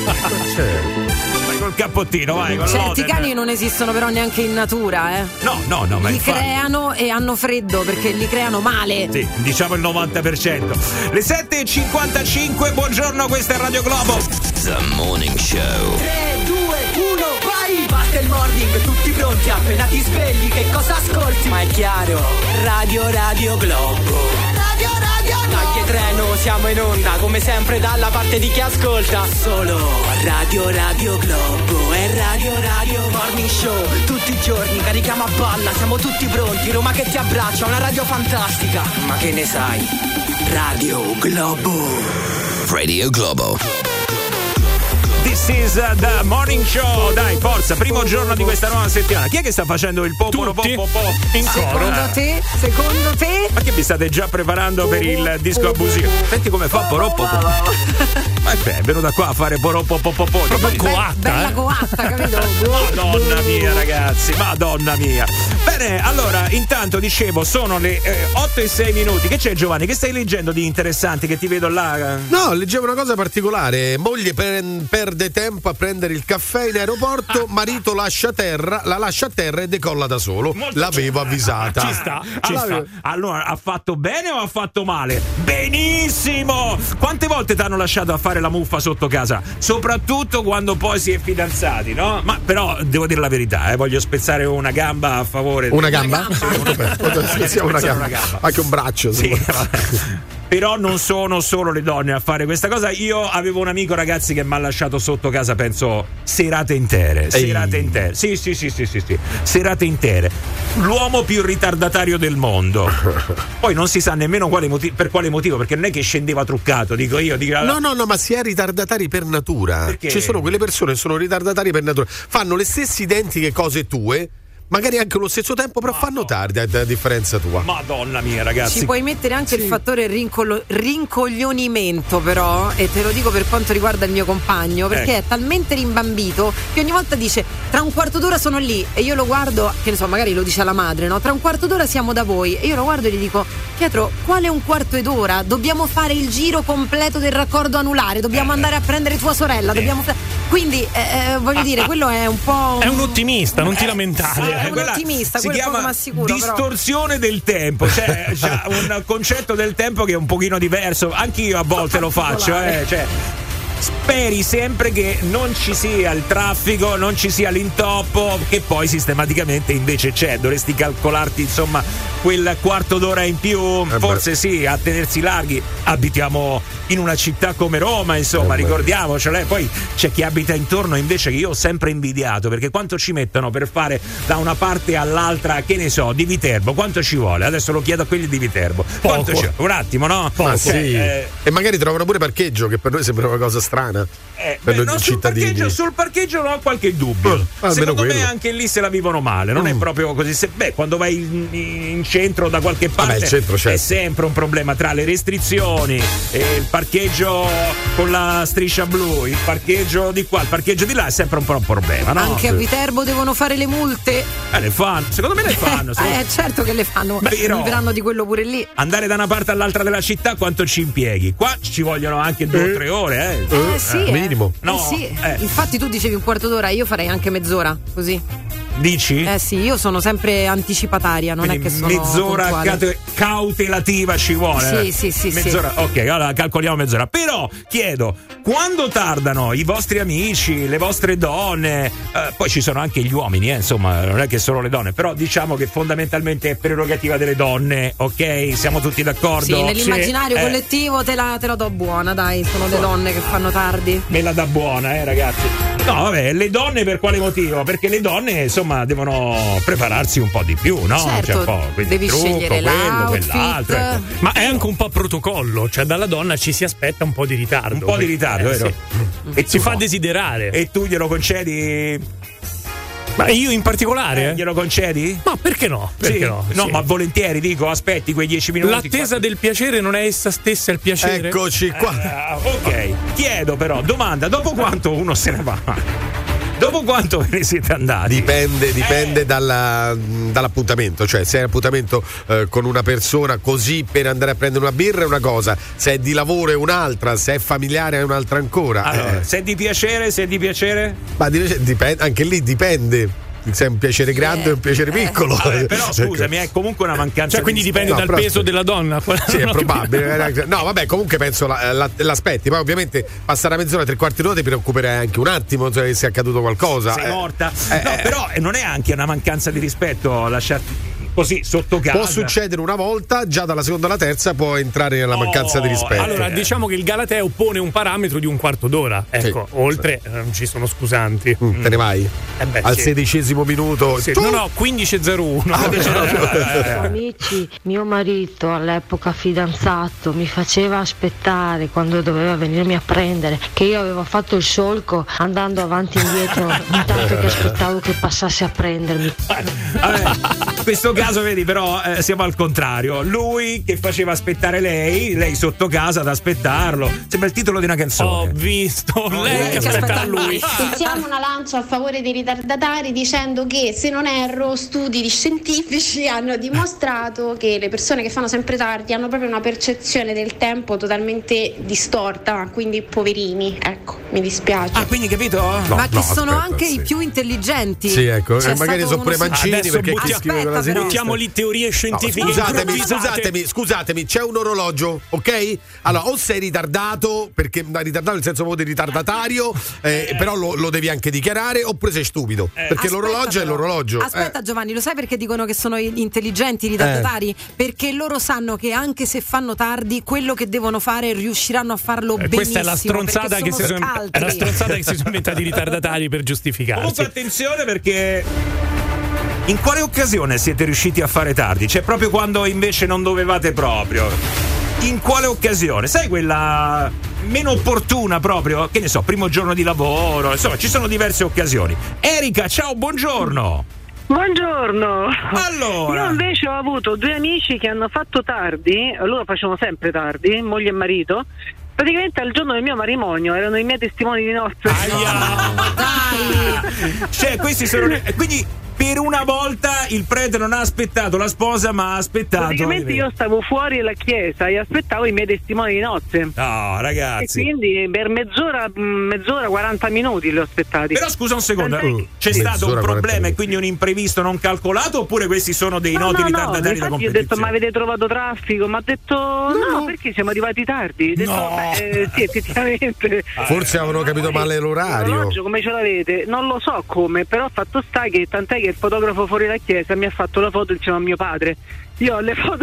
Vai col cappottino, vai con certi cani non esistono però neanche in natura, No, ma li creano e hanno freddo perché li creano male. Sì, diciamo il 90%. Le 7:55, buongiorno, questa è Radio Globo. The Morning Show. 3, 2, 1, vai! Basta il morning, tutti pronti, appena ti svegli, che cosa ascolti? Ma è chiaro, Radio Globo. Dai treno, siamo in onda, come sempre dalla parte di chi ascolta. Solo Radio Globo e Radio Morning Show. Tutti i giorni carichiamo a palla, siamo tutti pronti. Roma che ti abbraccia, una radio fantastica. Ma che ne sai? Radio Globo. This is the Morning Show. Dai, forza, primo giorno di questa nuova settimana. Chi è che sta facendo il popo in coro? Secondo te? Ma che vi state già preparando per il disco abusivo? Senti come fa poroppopo. Ma è venuta qua a fare poroppopo. Bella coatta, capito? Madonna mia, ragazzi, madonna mia. Bene, allora, intanto dicevo, sono le 8:06. Che c'è, Giovanni? Che stai leggendo di interessante che ti vedo là? No, leggevo una cosa particolare. Moglie perde tempo a prendere il caffè in aeroporto, marito la lascia a terra e decolla da solo. L'avevo avvisata. Ci sta. Allora, ha fatto bene o ha fatto male? Benissimo! Quante volte ti hanno lasciato a fare la muffa sotto casa? Soprattutto quando poi si è fidanzati, no? Ma però devo dire la verità, voglio spezzare una gamba a favore. Una gamba? Spezziamo una gamba. Anche un braccio. Sì, però non sono solo le donne a fare questa cosa. Io avevo un amico, ragazzi, che mi ha lasciato sotto casa, penso, serate intere. Sì. Serate intere. L'uomo più ritardatario del mondo. Poi non si sa nemmeno per quale motivo, perché non è che scendeva truccato, dico io. No, ma si è ritardatari per natura. Perché? Ci sono quelle persone che sono ritardatari per natura. Fanno le stesse identiche cose tue, magari anche lo stesso tempo, però fanno tardi, a differenza tua. Madonna mia, ragazzi. Ci puoi mettere anche il fattore rincoglionimento, però, e te lo dico per quanto riguarda il mio compagno, perché è talmente rimbambito che ogni volta dice tra un quarto d'ora sono lì, e io lo guardo, che ne so, magari lo dice alla madre, no? Tra un quarto d'ora siamo da voi, e io lo guardo e gli dico: Pietro, quale un quarto d'ora? Dobbiamo fare il giro completo del raccordo anulare, dobbiamo andare a prendere tua sorella, quindi voglio dire, quello è un po'. È un ottimista, non ti lamentare. È un ottimista, si quello è chiama poco ma sicuro, distorsione del tempo, c'è un concetto del tempo che è un pochino diverso. Anch'io a volte lo faccio, cioè speri sempre che non ci sia il traffico, non ci sia l'intoppo, che poi sistematicamente invece c'è. Dovresti calcolarti insomma quel quarto d'ora in più, forse sì, a tenersi larghi. Abitiamo in una città come Roma, insomma, ricordiamocelo. Poi c'è chi abita intorno invece, che io ho sempre invidiato, perché quanto ci mettono per fare da una parte all'altra, che ne so, di Viterbo, quanto ci vuole? Adesso lo chiedo a quelli di Viterbo. Quanto ci vuole? Un attimo, no? Sì. E magari trovano pure parcheggio, che per noi sembra una cosa strana. Per noi cittadini. Sul parcheggio non ho qualche dubbio. Secondo me anche lì se la vivono male, non è proprio così. Quando vai in centro da qualche parte, è sempre un problema tra le restrizioni, il parcheggio con la striscia blu, il parcheggio di qua, il parcheggio di là, è sempre un po' un problema, no? Anche a Viterbo devono fare le multe. Le fanno, secondo me le fanno. Certo che le fanno. Viveranno di quello pure lì. Andare da una parte all'altra della città, quanto ci impieghi? Qua ci vogliono anche 2 o 3 ore, sì, minimo. No, infatti tu dicevi un quarto d'ora, io farei anche mezz'ora, così. Dici? Sì, io sono sempre anticipataria, non quindi è che sono mezz'ora cautelativa ci vuole. Sì. Mezz'ora. Ok, allora calcoliamo mezz'ora. Però chiedo, quando tardano i vostri amici, le vostre donne, poi ci sono anche gli uomini, insomma, non è che solo le donne, però diciamo che fondamentalmente è prerogativa delle donne, ok? Siamo tutti d'accordo? Sì, nell'immaginario collettivo te la do buona, dai, sono le donne che fanno tardi. Me la dà buona, ragazzi. No, vabbè, le donne per quale motivo? Perché le donne, insomma, devono prepararsi un po' di più, no? Certo, devi scegliere quell'altro. Ma è anche un po' protocollo, cioè dalla donna ci si aspetta un po' di ritardo. Un po' di ritardo, vero? Sì. E si fa desiderare. E tu glielo concedi? Ma io in particolare? Glielo concedi? No, perché no? Perché no? No, ma volentieri, dico, aspetti quei 10 minuti. L'attesa del piacere non è essa stessa il piacere? Eccoci qua. Ok, chiedo però, domanda, dopo quanto uno se ne va? Dopo quanto ve ne siete andati? Dipende dall'appuntamento, cioè se è un appuntamento con una persona così per andare a prendere una birra è una cosa, se è di lavoro è un'altra, se è familiare è un'altra ancora. Allora, se è di piacere? Ma dipende, anche lì dipende. Se è un piacere grande o un piacere piccolo. Però scusami, è comunque una mancanza. Cioè, quindi dipende dal peso della donna. Sì, è probabile. No, vabbè, comunque penso l'aspetti. Poi ovviamente passare a mezz'ora, 3/4 d'ora ti preoccuperai anche un attimo, se è accaduto qualcosa. Sei morta. No, però non è anche una mancanza di rispetto lasciarti così sotto casa. Può succedere una volta, già dalla seconda alla terza può entrare nella mancanza di rispetto. Allora, diciamo che il Galateo pone un parametro di un quarto d'ora. Ecco, oltre non ci sono scusanti. Te ne vai? Al 16° minuto. Sì. No, 15:01. Amici, mio marito all'epoca fidanzato mi faceva aspettare quando doveva venirmi a prendere, che io avevo fatto il solco andando avanti e indietro intanto che aspettavo che passasse a prendermi. In questo caso vedi, però siamo al contrario. Lui che faceva aspettare lei sotto casa ad aspettarlo. Sembra il titolo di una canzone. Ho visto lei che aspetta lui. Spezziamo una lancia a favore dei ritardatari dicendo che, se non erro, studi scientifici hanno dimostrato che le persone che fanno sempre tardi hanno proprio una percezione del tempo totalmente distorta, quindi poverini, ecco, mi dispiace. Ah, quindi capito? Ma che sono anche i più intelligenti. Sì, ecco, magari sono pure mancini perché chi scrive con la sinistra. Buttiamo lì teorie scientifiche. Scusatemi, c'è un orologio, ok? Allora, o sei ritardato, perché ritardato nel senso di ritardatario, però lo devi anche dichiarare, oppure sei stupido, perché l'orologio è l'orologio. Aspetta Giovanni, lo sai perché dicono che sono intelligenti i ritardatari? Perché loro sanno che anche se fanno tardi, quello che devono fare riusciranno a farlo benissimo. Questa è la stronzata che si sono inventati i ritardatari per giustificarsi. Comunque attenzione, perché in quale occasione siete riusciti a fare tardi? Cioè proprio quando invece non dovevate proprio. In quale occasione? Sai, quella meno opportuna proprio? Che ne so, primo giorno di lavoro. Insomma, ci sono diverse occasioni. Erika, ciao, buongiorno. Buongiorno. Allora, io invece ho avuto 2 amici che hanno fatto tardi, loro facevano sempre tardi, moglie e marito. Praticamente al giorno del mio matrimonio erano i miei testimoni di nozze. Cioè, questi sono. Quindi, per una volta il prete non ha aspettato la sposa, ma ha aspettato. Praticamente io stavo fuori dalla chiesa e aspettavo i miei testimoni di nozze. No, ragazzi. E quindi per mezz'ora, 40 minuti li ho aspettati. Però scusa un secondo, c'è stato un problema e quindi un imprevisto non calcolato, oppure questi sono dei noti ritardatari da competizione? Io ho detto, ma avete trovato traffico? Ma ha detto no, perché siamo arrivati tardi. Ho detto, sì, effettivamente. Forse avevano capito male l'orario. Come ce l'avete? Non lo so come, però fatto sta che tant'è che il fotografo fuori la chiesa mi ha fatto la foto insieme a mio padre. Io ho le foto.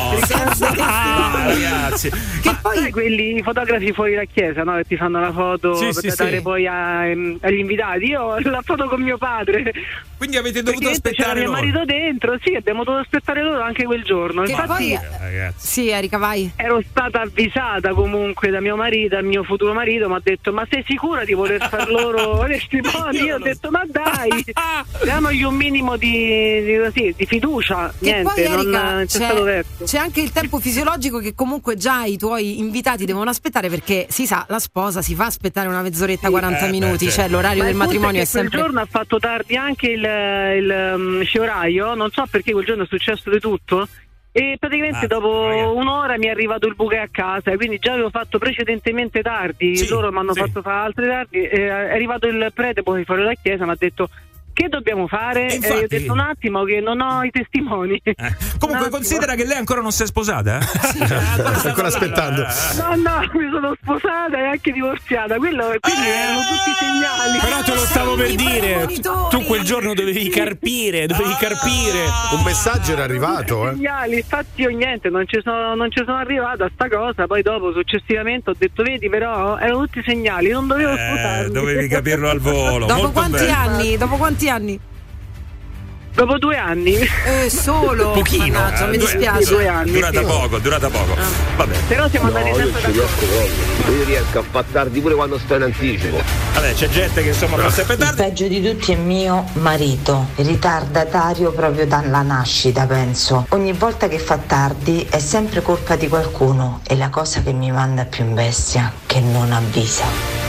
Ragazzi, che poi sai quelli fotografi fuori la chiesa, no? Che ti fanno la foto per dare poi agli invitati. Io ho la foto con mio padre. Quindi avete dovuto aspettare c'era mio marito dentro, sì, abbiamo dovuto aspettare loro anche quel giorno. Che infatti poi, sì, Erika, vai. Ero stata avvisata comunque da mio marito, dal mio futuro marito, mi ha detto, ma sei sicura di voler far loro testimoni? Io ho detto, ma dai, diamogli un minimo di fiducia. Che niente, poi, Erika, non c'è stato detto. C'è anche il tempo fisiologico che comunque già i tuoi invitati devono aspettare, perché si sa, la sposa si fa aspettare una mezz'oretta, 40 minuti, cioè l'orario del matrimonio è sempre. Quel giorno ha fatto tardi anche il scioraio, non so perché quel giorno è successo di tutto. E praticamente dopo un'ora mi è arrivato il buco a casa, quindi già avevo fatto precedentemente tardi, loro mi hanno fatto fare altri tardi, è arrivato il prete poi fuori dalla chiesa, mi ha detto, che dobbiamo fare? Infatti, io ho detto un attimo che non ho i testimoni. Comunque considera che lei ancora non si è sposata? Sta ancora aspettando. No, mi sono sposata e anche divorziata. Quindi erano tutti segnali. Però te lo stavo per dire. Tu quel giorno dovevi carpire. Un messaggio era arrivato. Segnali. Infatti io niente, non ci sono arrivata a sta cosa. Poi dopo successivamente ho detto, vedi, però erano tutti segnali, non dovevo sposarmi. Dovevi capirlo al volo. Dopo quanti anni? Anni? Dopo 2 anni. Solo. Pochino. Mannaggia, mi dispiace. 2 anni. Durata poco. Vabbè. Però siamo andati sempre d'accordo. Io riesco a far tardi pure quando sto in anticipo. Vabbè, c'è gente che insomma fa sempre tardi. Il peggio di tutti è mio marito, ritardatario proprio dalla nascita, penso. Ogni volta che fa tardi è sempre colpa di qualcuno, e la cosa che mi manda più in bestia, che non avvisa.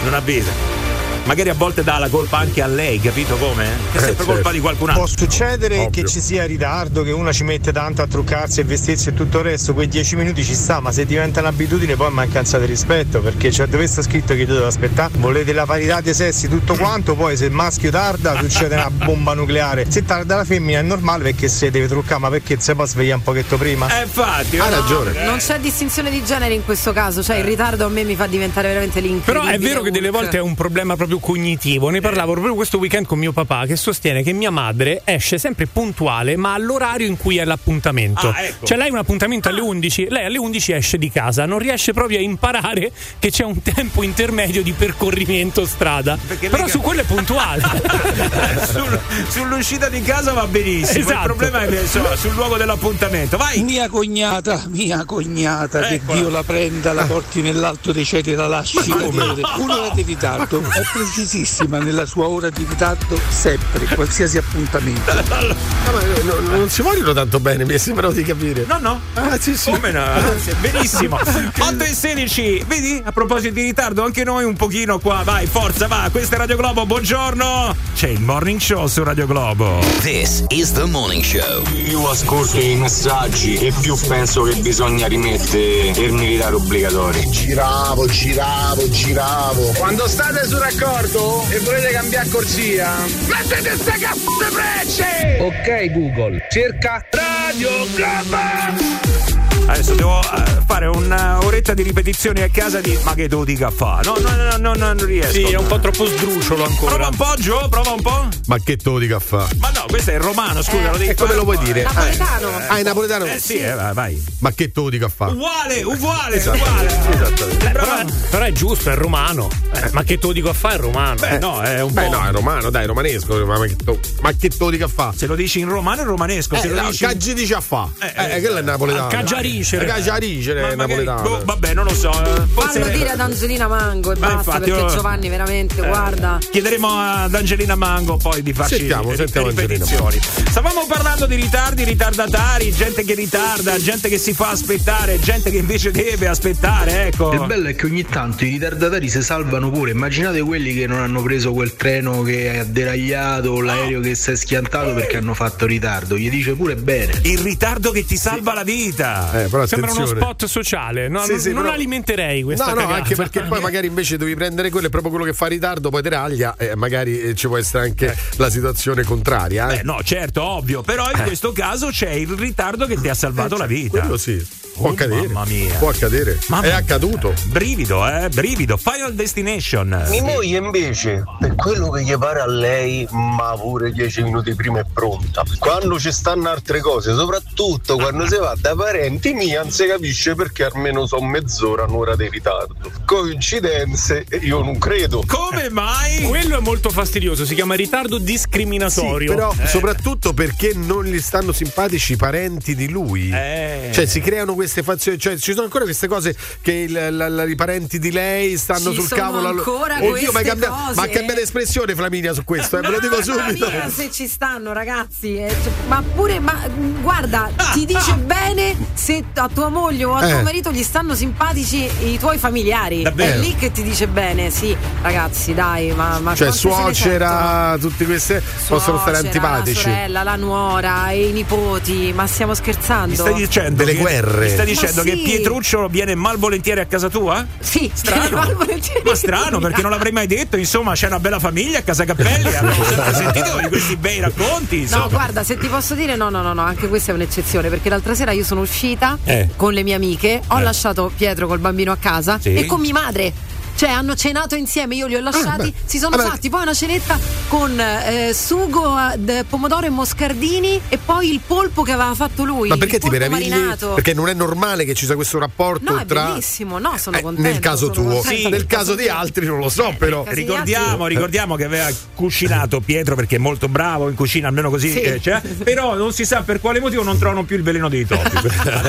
Magari a volte dà la colpa anche a lei, capito come? È sempre colpa di qualcun altro. Può succedere che ci sia ritardo, che una ci mette tanto a truccarsi e vestirsi e tutto il resto, quei 10 minuti ci sta, ma se diventa un'abitudine poi è mancanza di rispetto, perché dove sta scritto che io devo aspettare? Volete la parità dei sessi, tutto quanto, poi se il maschio tarda succede una bomba nucleare. Se tarda la femmina è normale perché si deve truccare, ma perché se poi sveglia un pochetto prima? Infatti, ha ragione. Non c'è distinzione di genere in questo caso, cioè il ritardo a me mi fa diventare veramente l'incredibile. Però è vero che delle volte è un problema proprio cognitivo. Ne parlavo proprio questo weekend con mio papà, che sostiene che mia madre esce sempre puntuale, ma all'orario in cui è l'appuntamento. Ecco. Cioè lei ha un appuntamento alle 11, lei alle 11 esce di casa, non riesce proprio a imparare che c'è un tempo intermedio di percorrimento strada. Però su quello è puntuale. Sull'uscita di casa va benissimo. Esatto. Il problema è sul luogo dell'appuntamento. Vai. Mia cognata, che Dio la prenda, la porti nell'alto dei cieli e la lasci. Un'ora di ritardo, è precisissima nella sua ora di ritardo, sempre, qualsiasi appuntamento. Non si vogliono tanto bene, mi è sembrato di capire. No. Sì. Come no? Benissimo. 8:16. Vedi? A proposito di ritardo, anche noi un pochino qua. Vai, forza, va. Questa è Radio Globo. Buongiorno. C'è il Morning Show su Radio Globo. This is the Morning Show. Più ascolto i messaggi e più penso che bisogna rimettere il militare obbligatorio. Giravo. Quando state sul raccordo e volete cambiare corsia, mettete ste c***o frecce! Ok Google, cerca Radio Globo! Adesso devo fare un'oretta di ripetizioni a casa di ma che devo dica fa? No, non riesco. Sì, è un po' troppo sdruciolo ancora. Prova un po', Gio, prova un po'. Ma che te lo dica fa? Ma no, questo è il romano, scusa, lo dico. E come lo vuoi dire? Napoletano. È napoletano? Sì, vai. Ma che te lo dica fa? Uguale. Però è giusto, è romano. Ma che te lo dico a fa è romano. No, è un po'. No, è romano, dai, romanesco. Ma che te lo dica fa? Se lo dici in romano è romanesco. Se lo dici Caggi dice a fa. Quello è napoletano. Caggiaricere è napoletano. Vabbè, non lo so. Fallo dire ad Angelina Mango e basta, infatti, perché Giovanni veramente, guarda. Chiederemo ad Angelina Mango poi di farci Sentiamo ripetizioni condizioni. Stavamo parlando di ritardi, ritardatari, gente che ritarda, gente che si fa aspettare, gente che invece deve aspettare, ecco. Il bello è che ogni tanto i ritardatari si salvano pure. Immaginate quelli che non hanno preso quel treno che è deragliato o l'aereo che si è schiantato perché hanno fatto ritardo. Gli dice pure bene. Il ritardo che ti salva la vita. Però sembra uno spot sociale. No, non però... alimenterei questa cagata. Anche perché poi magari invece devi prendere quello e proprio quello che fa ritardo poi teraglia e magari ci può essere anche la situazione contraria. No, certo, ovvio, però in questo caso c'è il ritardo che ti ha salvato la vita. Quello sì. Può accadere. Mamma mia. Può accadere. È accaduto. Brivido, brivido. Final Destination. Mia moglie invece, per quello che gli pare a lei, ma pure 10 minuti prima è pronta. Quando ci stanno altre cose, soprattutto quando si va da parenti mia, non si capisce perché almeno sono mezz'ora, un'ora di ritardo. Coincidenze, io non credo. Come mai? Quello è molto fastidioso, si chiama ritardo discriminatorio. Sì, però soprattutto perché non gli stanno simpatici i parenti di lui. Cioè si creano queste fazioni, cioè ci sono ancora queste cose che i parenti di lei stanno sul cavolo. Oddio, ma ha cambiato espressione Flaminia su questo, ve lo dico subito. Mia, se ci stanno ragazzi, ma guarda, ti dice bene se a tua moglie o a tuo marito gli stanno simpatici i tuoi familiari. Davvero? È lì che ti dice bene, sì, ragazzi, dai, ma cioè suocera, tutti queste possono stare antipatici. La sorella, la nuora, i nipoti, ma stiamo scherzando? Mi stai dicendo delle guerre? Mi stai dicendo che Pietruccio viene malvolentieri a casa tua? Sì, strano. Ma strano, perché non l'avrei mai detto. Insomma, c'è una bella famiglia a casa Cappelli. Abbiamo sempre sentito di questi bei racconti. Insomma. No, guarda, se ti posso dire, no, anche questa è un'eccezione, perché l'altra sera io sono uscita con le mie amiche, ho lasciato Pietro col bambino a casa e con mia madre. Cioè hanno cenato insieme, io li ho lasciati, si sono fatti poi una cenetta con sugo, pomodoro e moscardini e poi il polpo che aveva fatto lui. Ma perché ti meravigli? Marinato. Perché non è normale che ci sia questo rapporto tra... No, è bellissimo, no, sono contenta. Nel caso tuo, nel caso di altri non lo so, però. Ricordiamo che aveva cucinato Pietro perché è molto bravo in cucina, almeno così, però non si sa per quale motivo non trovano più il veleno dei topi.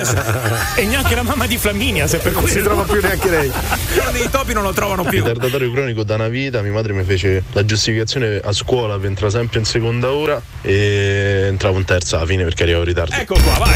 E neanche la mamma di Flaminia, se per non si trova più neanche lei. Il veleno dei topi non lo trovano più. Ritardatario cronico da una vita, mia madre mi fece la giustificazione a scuola per entrare sempre in seconda ora e entravo in terza alla fine perché arrivavo in ritardo. Ecco qua, vai.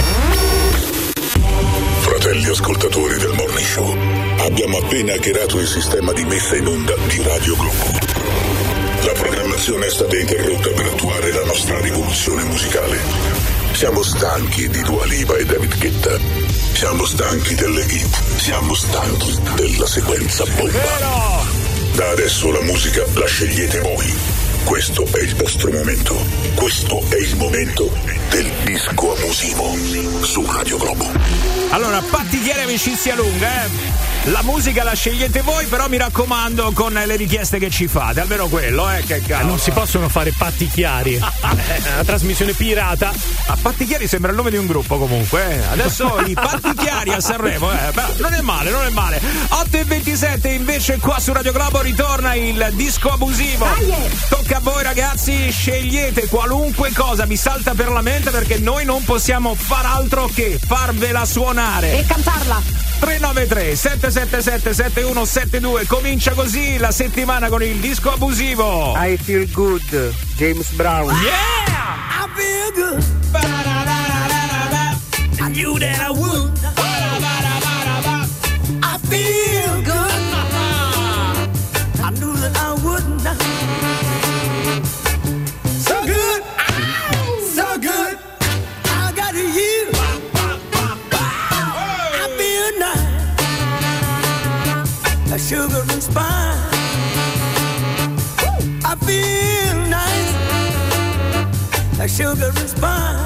Fratelli ascoltatori del Morning Show, abbiamo appena hackerato il sistema di messa in onda di Radio Globo. La programmazione è stata interrotta per attuare la nostra rivoluzione musicale. Siamo stanchi di Dua Lipa e David Guetta. Siamo stanchi delle hit. Siamo stanchi della sequenza bomba. Da adesso la musica la scegliete voi. Questo è il vostro momento. Questo è il momento del disco abusivo su Radio Globo. Allora, pattigliere amicizia lunga, La musica la scegliete voi, però mi raccomando con le richieste che ci fate, almeno quello, che cavolo. Non si possono fare patti chiari. Una trasmissione pirata. A Patti Chiari sembra il nome di un gruppo comunque. Adesso i Patti Chiari a Sanremo, non è male, non è male. 8:27 invece qua su Radio Globo ritorna il disco abusivo. Tocca a voi ragazzi, scegliete qualunque cosa vi salta per la mente, perché noi non possiamo far altro che farvela suonare e cantarla. 393 777 7172. Comincia così la settimana con il disco abusivo. I Feel Good, James Brown. Yeah! I feel good. I knew that I would. I feel good. I knew that I would. So good. So good. I got you. I feel nice. Like sugar and spice. I feel nice. Like sugar and spice.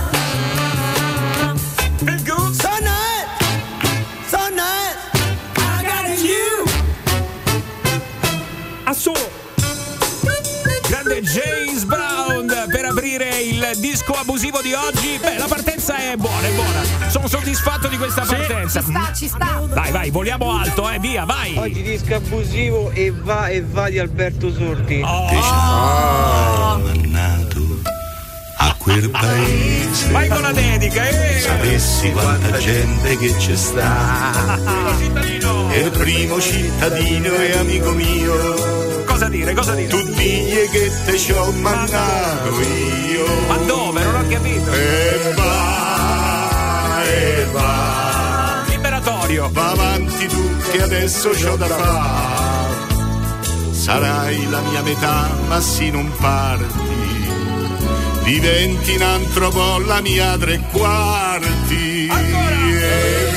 Feel good. So nice. So nice. I got you. Assolo. Grande James Brown per aprire il disco abusivo di oggi. Beh, la partenza è buona, è buona. Sono soddisfatto di questa partenza. Ci sta. Vai, voliamo alto, via, vai. Oggi disco abusivo e va di Alberto Sordi. Mannato a quel paese. Vai con la dedica, Sapessi quanta gente che c'è sta. È il primo cittadino e amico mio. Cosa dire? Tu digli che te ci ho mandato io. Ma dove? Ecco. Va avanti tu che adesso c'ho da fare. Sarai la mia metà, ma sì non parti. Diventi un altro po' la mia tre quarti. E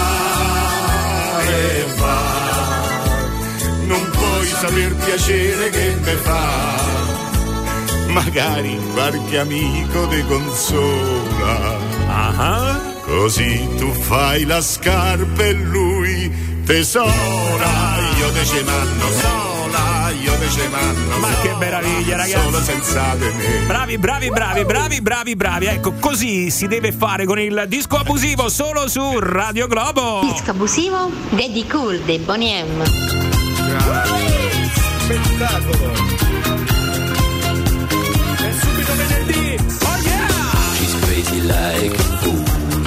va. Non puoi saper piacere che me fa. Magari qualche amico te consola. Così tu fai la scarpa e lui tesora. Io te ce manno sola, io te ce manno. Ma che meraviglia, ragazzi. Solo senza di me. Bravi. Ecco, così si deve fare con il disco abusivo solo su Radio Globo. Disco abusivo Daddy Cool dei Boney M. Spettacolo. È subito venerdì. Oh yeah! She's crazy like a fool.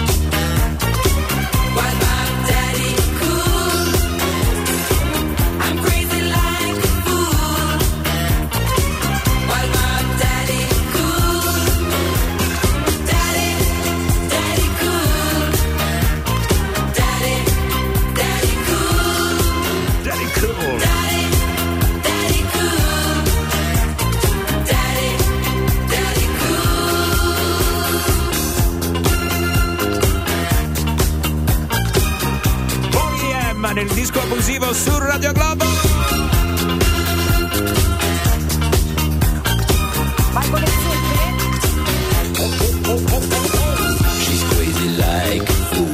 Nel disco abusivo su Radio Globo. Vai con le She's crazy like a fool.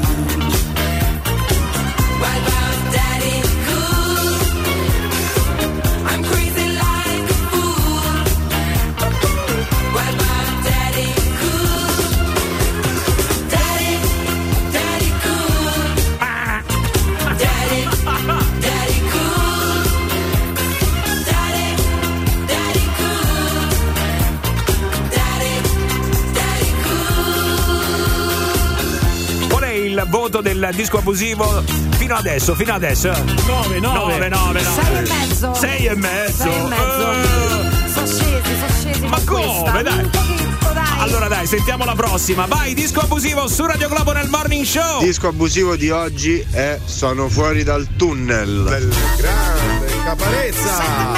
What about Daddy Cool? I'm crazy like a fool. What about Daddy Cool? Daddy Cool. Daddy cool. Daddy cool. Qual è il voto del disco abusivo fino adesso? 9. 6 e mezzo. Sono scesi. Ma come? Dai. Un pochetto, dai. Allora dai, sentiamo la prossima. Vai, disco abusivo su Radio Globo nel Morning Show. Disco abusivo di oggi è Sono fuori dal tunnel. Grande Caparezza.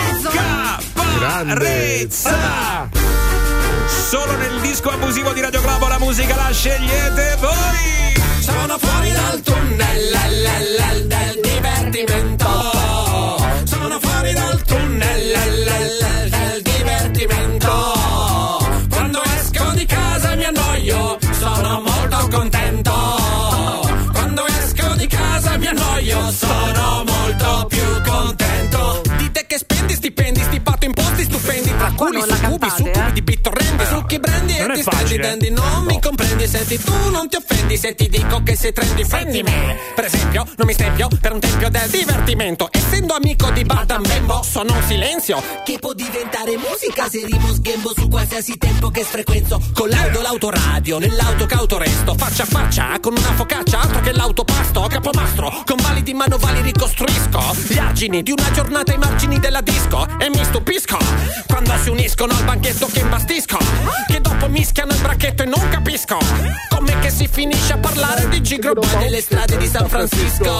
Caparezza. Solo nel disco abusivo di Radio Globo la musica la scegliete voi. Sono fuori dal tunnel del divertimento. Sono fuori dal tunnel del divertimento. Quando esco di casa mi annoio, sono molto contento. Quando esco di casa mi annoio, sono molto più contento. Dite che spendi stipendi, stipato imposti stupendi, tra culi, succubi, succubi di bittorrendi, succhi brendi e ti stendi dendi. Non mi comprendi, senti tu non ti offendi se ti dico che sei trendy, fendi me. Per esempio, non mi stempio per un tempio del divertimento. Essendo amico di Badam Bembo, sono un silenzio che può diventare musica se rimo sghembo su qualsiasi tempo che sfrequenzo. Collaudo l'autoradio, nell'auto cauto resto, faccia a faccia con una focaccia, altro che l'autopasto, capomastro, con validi manovali ricostruisco gli argini di una giornata ai margini della disco e mi stupisco quando si uniscono al banchetto che imbastisco, che dopo mischiano il bracchetto e non capisco com'è che si finisce a parlare di gigroboy nelle strade di San Francisco.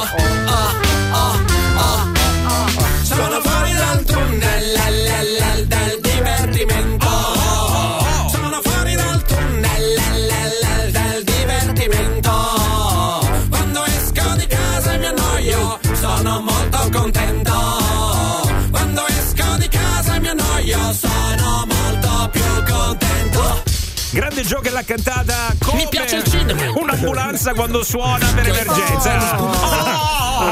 Sono fuori dal tunnel del divertimento. Sono fuori dal tunnel del divertimento. Quando esco di casa mi annoio, sono molto contento. Quando esco di casa mi annoio, sono molto più contento. Grande Joe che l'ha cantata come mi piace il cinema. Un'ambulanza quando suona per emergenza.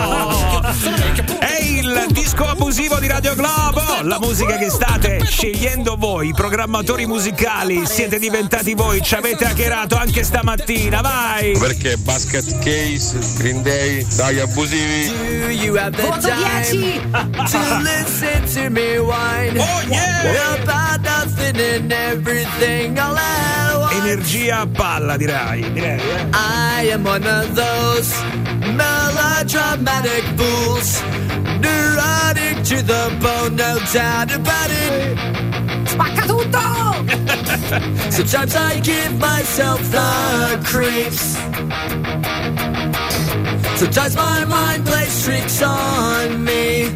È il disco abusivo di Radio Globo, la musica che state scegliendo voi, i programmatori musicali, siete diventati voi, ci avete hackerato anche stamattina, vai! Perché Basket Case, Green Day, dagli abusivi. Do you have the time to listen to me whine? Oh yeah! About nothing and everything all at once. Energia a palla direi. I am one of those melodramatic fools, neurotic to the bone, no doubt about it. Spacca tutto! Sometimes I give myself the creeps. Sometimes my mind plays tricks on me.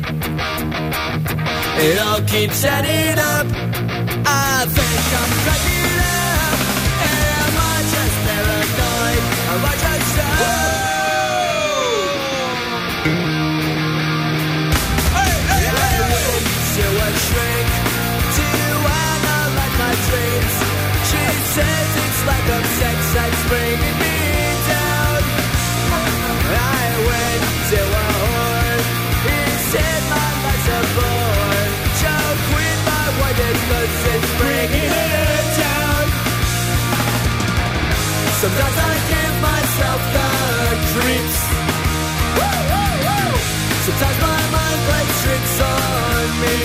It all keeps adding up. I think I'm cracking up. Am I just paranoid? Am I just to a shrink to analyze my dreams. She says it's like a sex that's bringing me down. I went to a whore. He said my life's a bore. Choke with my wife cause it's bringing it down. Sometimes I give myself the creeps. Sometimes my mind plays tricks on me.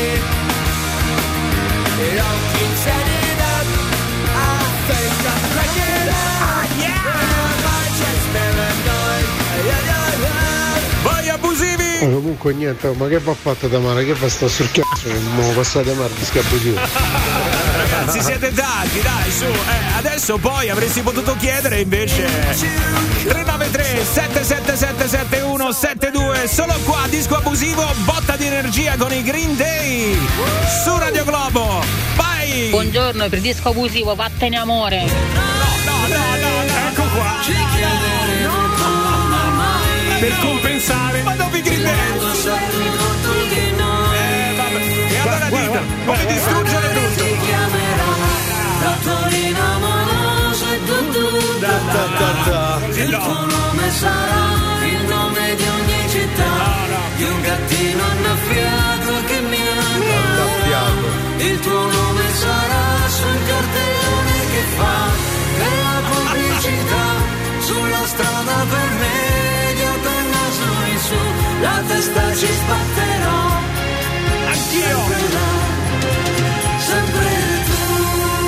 It all keeps adding up. I think I'm cracking up. Am I just paranoid? Vai abusivi! Comunque niente, ma che va fatta Tamara? Che va sta sul cazzo? Non mi passate a Tamara di scabusivo. Ragazzi, siete tanti, dai, su. Adesso poi avresti potuto chiedere invece 393 777 7172. Solo qua, disco abusivo, botta di energia con i Green Day su Radio Globo. Vai! Buongiorno, per disco abusivo, vattene amore. No, ecco qua. Per compensare. Ma dopo i Green Day. Vabbè. E allora dita, vuole distruggere tutto. Il tuo nome sarà il nome di ogni città, di un gattino annaffiato che mi ha. Il tuo nome sarà sul cartellone che fa della pubblicità, sulla strada per medio col naso in su, la testa ci sbatterò. Anch'io. Sempre là, sempre tu.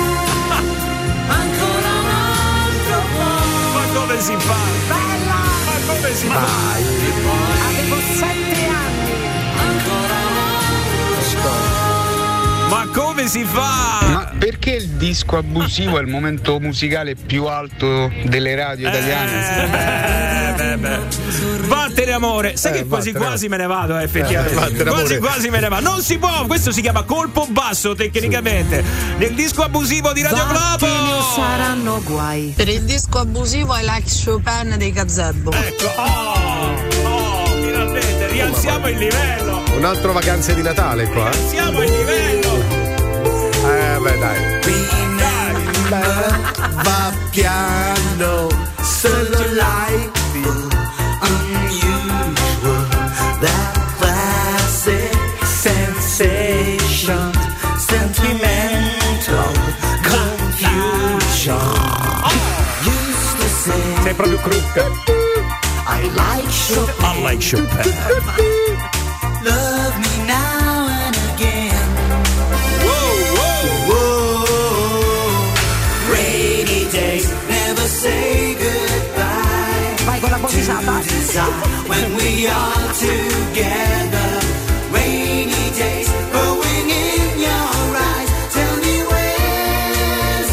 Ancora un altro po'. Ma come si fa? Bella! Ma come si fa? Avevo 7 anni. Ancora non lo so. Ma come si fa? Ma perché il disco abusivo è il momento musicale più alto delle radio italiane? Vattene amore. Sai che quasi me ne vado, effettivamente. Quasi me ne vado. Non si può, questo si chiama colpo basso tecnicamente. Nel disco abusivo di Radio Globo. Saranno guai. Per il disco abusivo I Like Chopin dei Gazebo. Ecco, finalmente rialziamo il livello. Un altro vacanze di Natale qua. Rialziamo il livello. Beh, dai. Va piano, solo like unusual, that classic sensation, sentimental confusion. Used to say, sei proprio crocca. I like Chopin. Love me now and again. Whoa. Rainy days never say goodbye. Vai con la bocciata. When we are together. Rainy days growing in your eyes. Tell me where's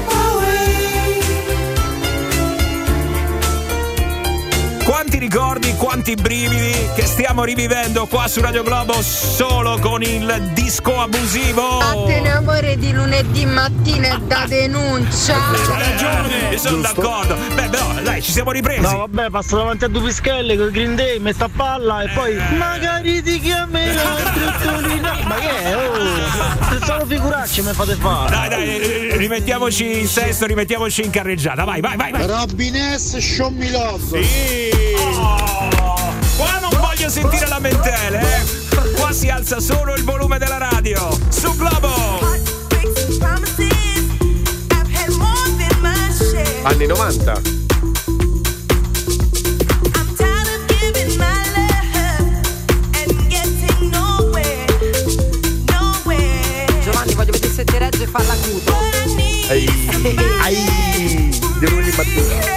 away. Quanti ricordi, quanti brividi che stiamo rivivendo qua su Radio Globo solo con il disco abusivo. Vattene amore di lunedì mattina è da denuncia. C'ha ragione, sono d'accordo. Beh, però, dai, ci siamo ripresi. No, vabbè, passo davanti a due pischelle con il Green Day, metta a palla e poi magari ti chiamerò Trettolina. Ma che è? Se solo figuracce mi fate fare. Dai, rimettiamoci in sesto, rimettiamoci in carreggiata. Vai. Robin S. Show me love. Sì. Qua non voglio sentire lamentele, Qua si alza solo il volume della radio. Su Globo. Anni 90. Giovanni, voglio vedere se ti regge e fa l'acuto. Di lunedì mattina.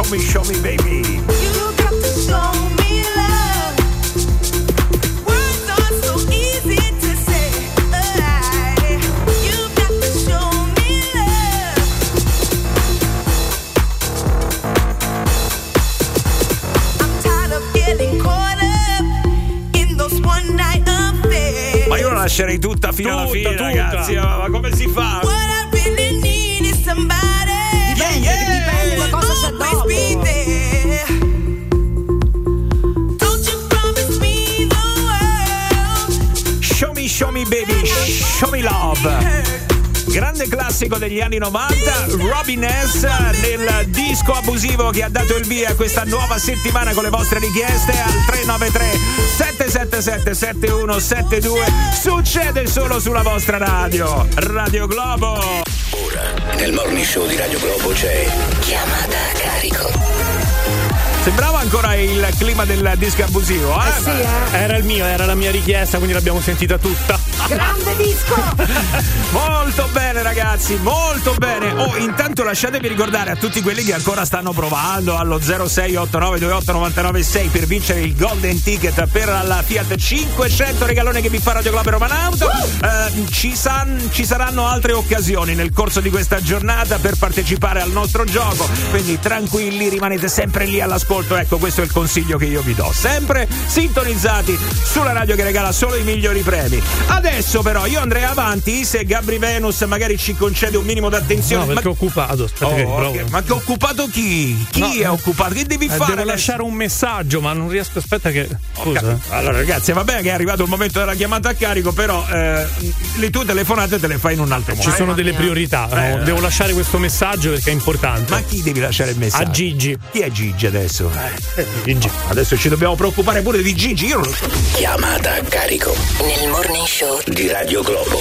Show me baby. Ma io la lascerei tutta fino alla fine, tutta. Ragazzi. Ma come si fa? Dipende da cosa c'è dopo. Show me baby, show me love. Grande classico degli anni 90, Robin S. nel disco abusivo che ha dato il via a questa nuova settimana con le vostre richieste al 393 777 7172. Succede solo sulla vostra radio, Radio Globo. Ora, nel Morning Show di Radio Globo c'è Chiamata a carico. Sembrava ancora il clima del disco abusivo, eh? Sì, Era il mio, era la mia richiesta, quindi l'abbiamo sentita tutta. Grande disco! Molto bene ragazzi, molto bene. Oh, intanto lasciatemi ricordare a tutti quelli che ancora stanno provando allo 0689289996 per vincere il golden ticket per la Fiat 500, regalone che vi fa Radio Globo e Romanauto. Ci saranno altre occasioni nel corso di questa giornata per partecipare al nostro gioco, quindi tranquilli, rimanete sempre lì all'ascolto. Ecco, questo è il consiglio che io vi do, sempre sintonizzati sulla radio che regala solo i migliori premi. Adesso però io andrei avanti se Gabri Venus magari ci concede un minimo d'attenzione. No, perché è occupato. Aspetta che provo. Okay. Ma che occupato chi? Chi è occupato? Che devi fare? Devo lasciare un messaggio, ma non riesco. Aspetta che. Scusa. Allora ragazzi, va bene che è arrivato il momento della chiamata a carico, però le tue telefonate te le fai in un altro modo. Ci sono delle priorità. No? Devo lasciare questo messaggio perché è importante. Ma chi devi lasciare il messaggio? A Gigi. Chi è Gigi adesso? Gigi. Adesso ci dobbiamo preoccupare pure di Gigi, io non lo so. Chiamata a carico Nel Morning Show di Radio Globo.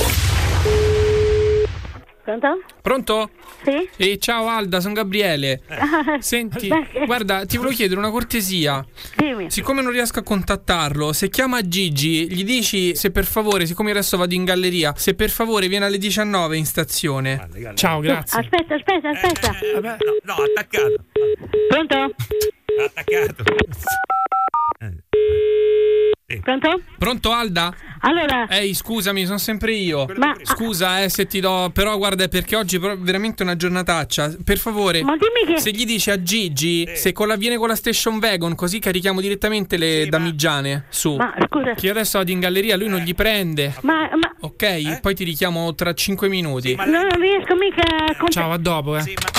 Pronto? Pronto? Sì? Ciao Alda, sono Gabriele. Senti, guarda, ti volevo chiedere una cortesia. Dimmi. Siccome non riesco a contattarlo, se chiama Gigi, gli dici se per favore, siccome adesso vado in galleria, se per favore viene alle 19 in stazione. Ciao, grazie. Aspetta. No, attaccato. Pronto? Attaccato. Pronto? Pronto Alda? Allora. Ehi, scusami, sono sempre io. Ma scusa, se ti do. Però guarda, perché oggi è veramente una giornataccia. Per favore, ma dimmi che. Se gli dici a Gigi se viene con la station wagon, così carichiamo direttamente le damigiane su. Ma scusa. Che io adesso vado in galleria, lui non gli prende. Ma ok, poi ti richiamo tra 5 minuti. No, non riesco mica a Ciao, a dopo,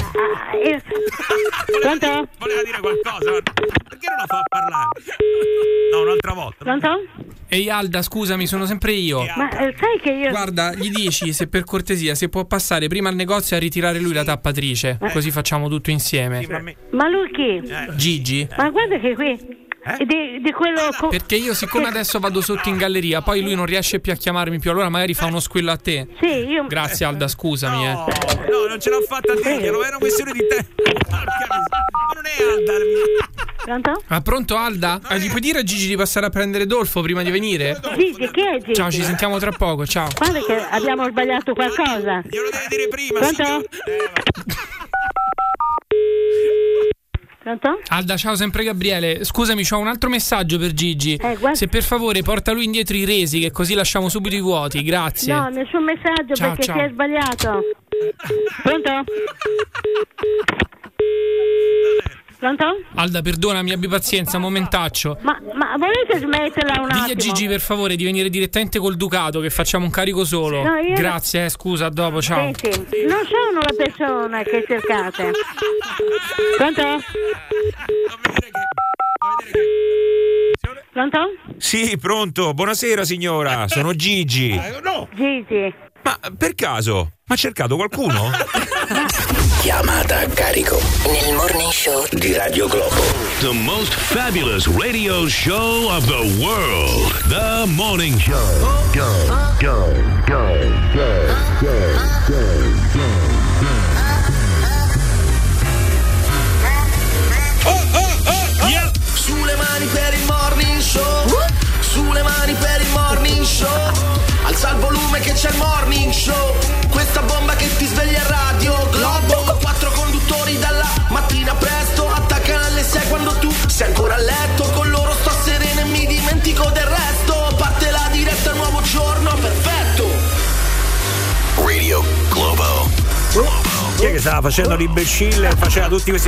Pronto? Voleva dire qualcosa, perché non la fa parlare? No, un'altra volta. Pronto? Ehi Alda, scusami, sono sempre io. Ma sai che io. Guarda, gli dici se per cortesia se può passare prima al negozio a ritirare lui la tappatrice, così facciamo tutto insieme. Ma lui chi? Gigi. Ma guarda che qui. Di quello. Perché io, siccome adesso vado sotto in galleria, poi lui non riesce più a chiamarmi più, allora magari fa uno squillo a te. Sì, io. Grazie Alda, scusami. No, non ce l'ho fatta a dirglielo, era una questione di te. Ma non è Alda. Pronto? Ah, pronto Alda? Gli puoi dire a Gigi di passare a prendere Dolfo prima di venire? Gigi, chi è Gigi? Ciao, ci sentiamo tra poco, ciao. Guarda che abbiamo sbagliato qualcosa. Glielo devi dire prima. Pronto? Pronto? Alda, ciao, sempre Gabriele. Scusami, c'ho un altro messaggio per Gigi. Se per favore porta lui indietro i resi, che così lasciamo subito i vuoti, grazie. No, nessun messaggio. Ciao, perché ciao. si è sbagliato. Pronto? Pronto? Alda, perdonami, abbi pazienza, un momentaccio. Ma volete smetterla un attimo? Digli a Gigi per favore di venire direttamente col Ducato, che facciamo un carico solo. No, io grazie, scusa, a dopo, ciao. Sì. Non sono la persona che cercate. Pronto? Pronto? Sì, pronto. Buonasera signora, sono Gigi. No. Gigi. Ma per caso? Ma ha cercato qualcuno? Chiamata a carico nel Morning Show di Radio Globo. The most fabulous radio show of the world. The Morning Show. Go. Yeah. Sulle mani per il Morning Show. Sulle mani per il Morning Show. Alza il volume che c'è il Morning Show. Questa bomba che ti sveglia a Radio Globo. 4 conduttori dalla mattina presto. Attacca stava facendo l'imbecille e faceva tutti questi.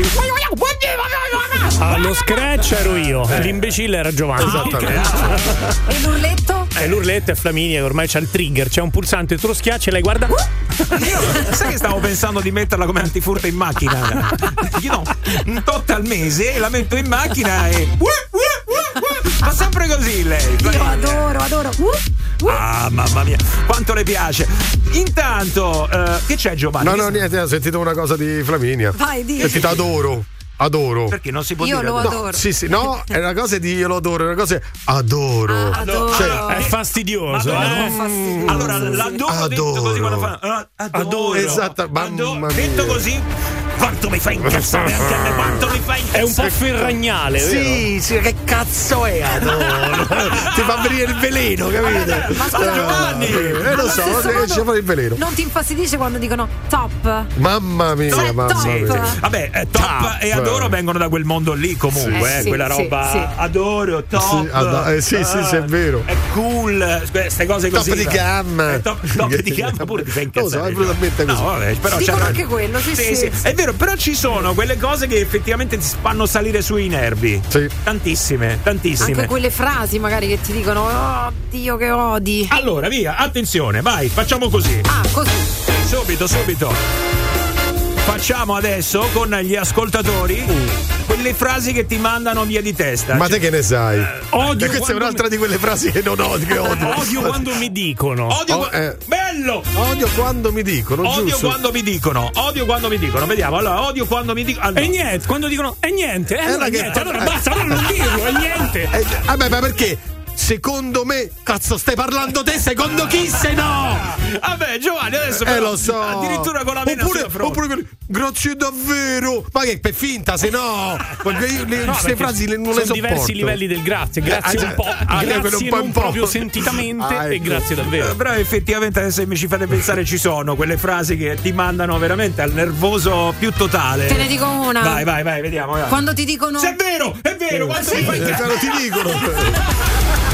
Lo scratch ero io, l'imbecille era Giovanni. Esattamente. E l'urletto? L'urletto è Flaminia che ormai c'ha il trigger, c'è un pulsante, tu lo schiacci e lei guarda. Io sai che stavo pensando di metterla come antifurto in macchina? Io no, un tot al mese la metto in macchina e. Ma sempre così lei. Io adoro. Ah, mamma mia, quanto le piace. Intanto, che c'è Giovanni? No, niente, ho sentito una cosa di Flaminia. Vai, di. Ho sentito adoro. Perché non si può io dire? Io lo adoro. Sì, no, è una cosa di io lo adoro, è una cosa adoro. Adoro. Cioè, è fastidioso. Fastidioso. Allora, l'adoro detto così quando fa. Adoro. Esatto, mamma mia. Detto così. Quanto mi fa incazzare anche a me, quanto mi fa incazzare. È un po' ferragnale, sì, che cazzo è adoro? Ti fa venire il veleno, capite? Ma scusa, Giovanni, lo so, ci fa il veleno. Non ti infastidisce quando dicono top? Mamma mia, mamma mia. Vabbè, top e adoro vengono da quel mondo lì comunque, sì, quella roba sì. Adoro, top. Sì, è vero. È cool, queste cose così. Top di gamma. Top di gamma pure ti fa incazzare. Lo so, è così. No, vabbè, però dicono anche quello, sì. È vero, però ci sono quelle cose che effettivamente ti fanno salire sui nervi. Sì. Tantissime. Anche quelle frasi magari che ti dicono oh Dio che odi. Allora, via, attenzione, vai, facciamo così. Così. Subito. Facciamo adesso con gli ascoltatori quelle frasi che ti mandano via di testa. Ma te che ne sai? Odio questa è un'altra di quelle frasi che non odio, che odio. Odio quando mi dicono. Bello! Odio quando mi dicono. Odio quando mi dicono. Vediamo. Allora, odio quando mi dicono. Allora. E niente, quando dicono e niente. Allora basta, allora non dirlo, e niente. Vabbè, ma perché? Secondo me, cazzo, stai parlando te? Secondo chi se no? Vabbè, Giovanni, adesso lo so. addirittura con la vena sulla fronte. Oppure grazie davvero. Ma che per finta, se no? Queste frasi non le sopporto. Sono diversi livelli del grazie. Grazie un po', grazie non proprio sentitamente e grazie davvero. Però effettivamente adesso mi ci fate pensare, ci sono quelle frasi che ti mandano veramente al nervoso più totale. Te ne dico una. Vai, vediamo. Quando ti dicono. Se è vero, quanto mi fai incazzare. Ti dicono.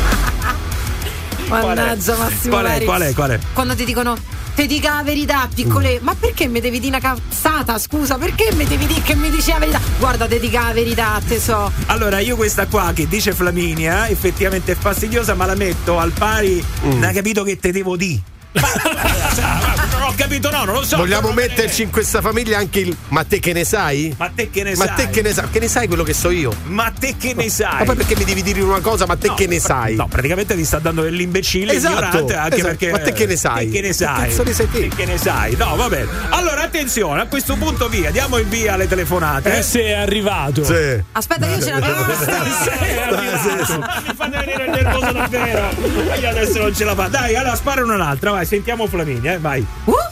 Mannaggia Massimo. Qual è? Quando ti dicono te dica la verità, piccole. Ma perché mi devi dire una cazzata? Scusa, perché mi devi dire che mi dici la verità? Guarda, te dica la verità, te so. Allora, io questa qua che dice Flaminia effettivamente è fastidiosa, ma la metto al pari. Non hai capito che te devo dire? Non ho capito, non lo so. Vogliamo metterci in questa famiglia anche il ma te che ne sai? Ma te che ne sai? Che ne sai quello che so io? Ma te che ne sai? Ma poi perché mi devi dire una cosa, ma te che ne sai? No, praticamente ti sta dando dell'imbecille ignorante, anche perché. Ma te che ne sai? Te che ne sai? Che cazzo ne sai te? Che ne sai? No, va bene. Allora, attenzione, a questo punto via, diamo il via alle telefonate. Se è arrivato. Sì. Aspetta, io ce l'avevo. Mi fate venire il nervoso davvero. Io adesso non ce la fa. Dai, allora spara un'altra, vai, sentiamo Flaminia, vai.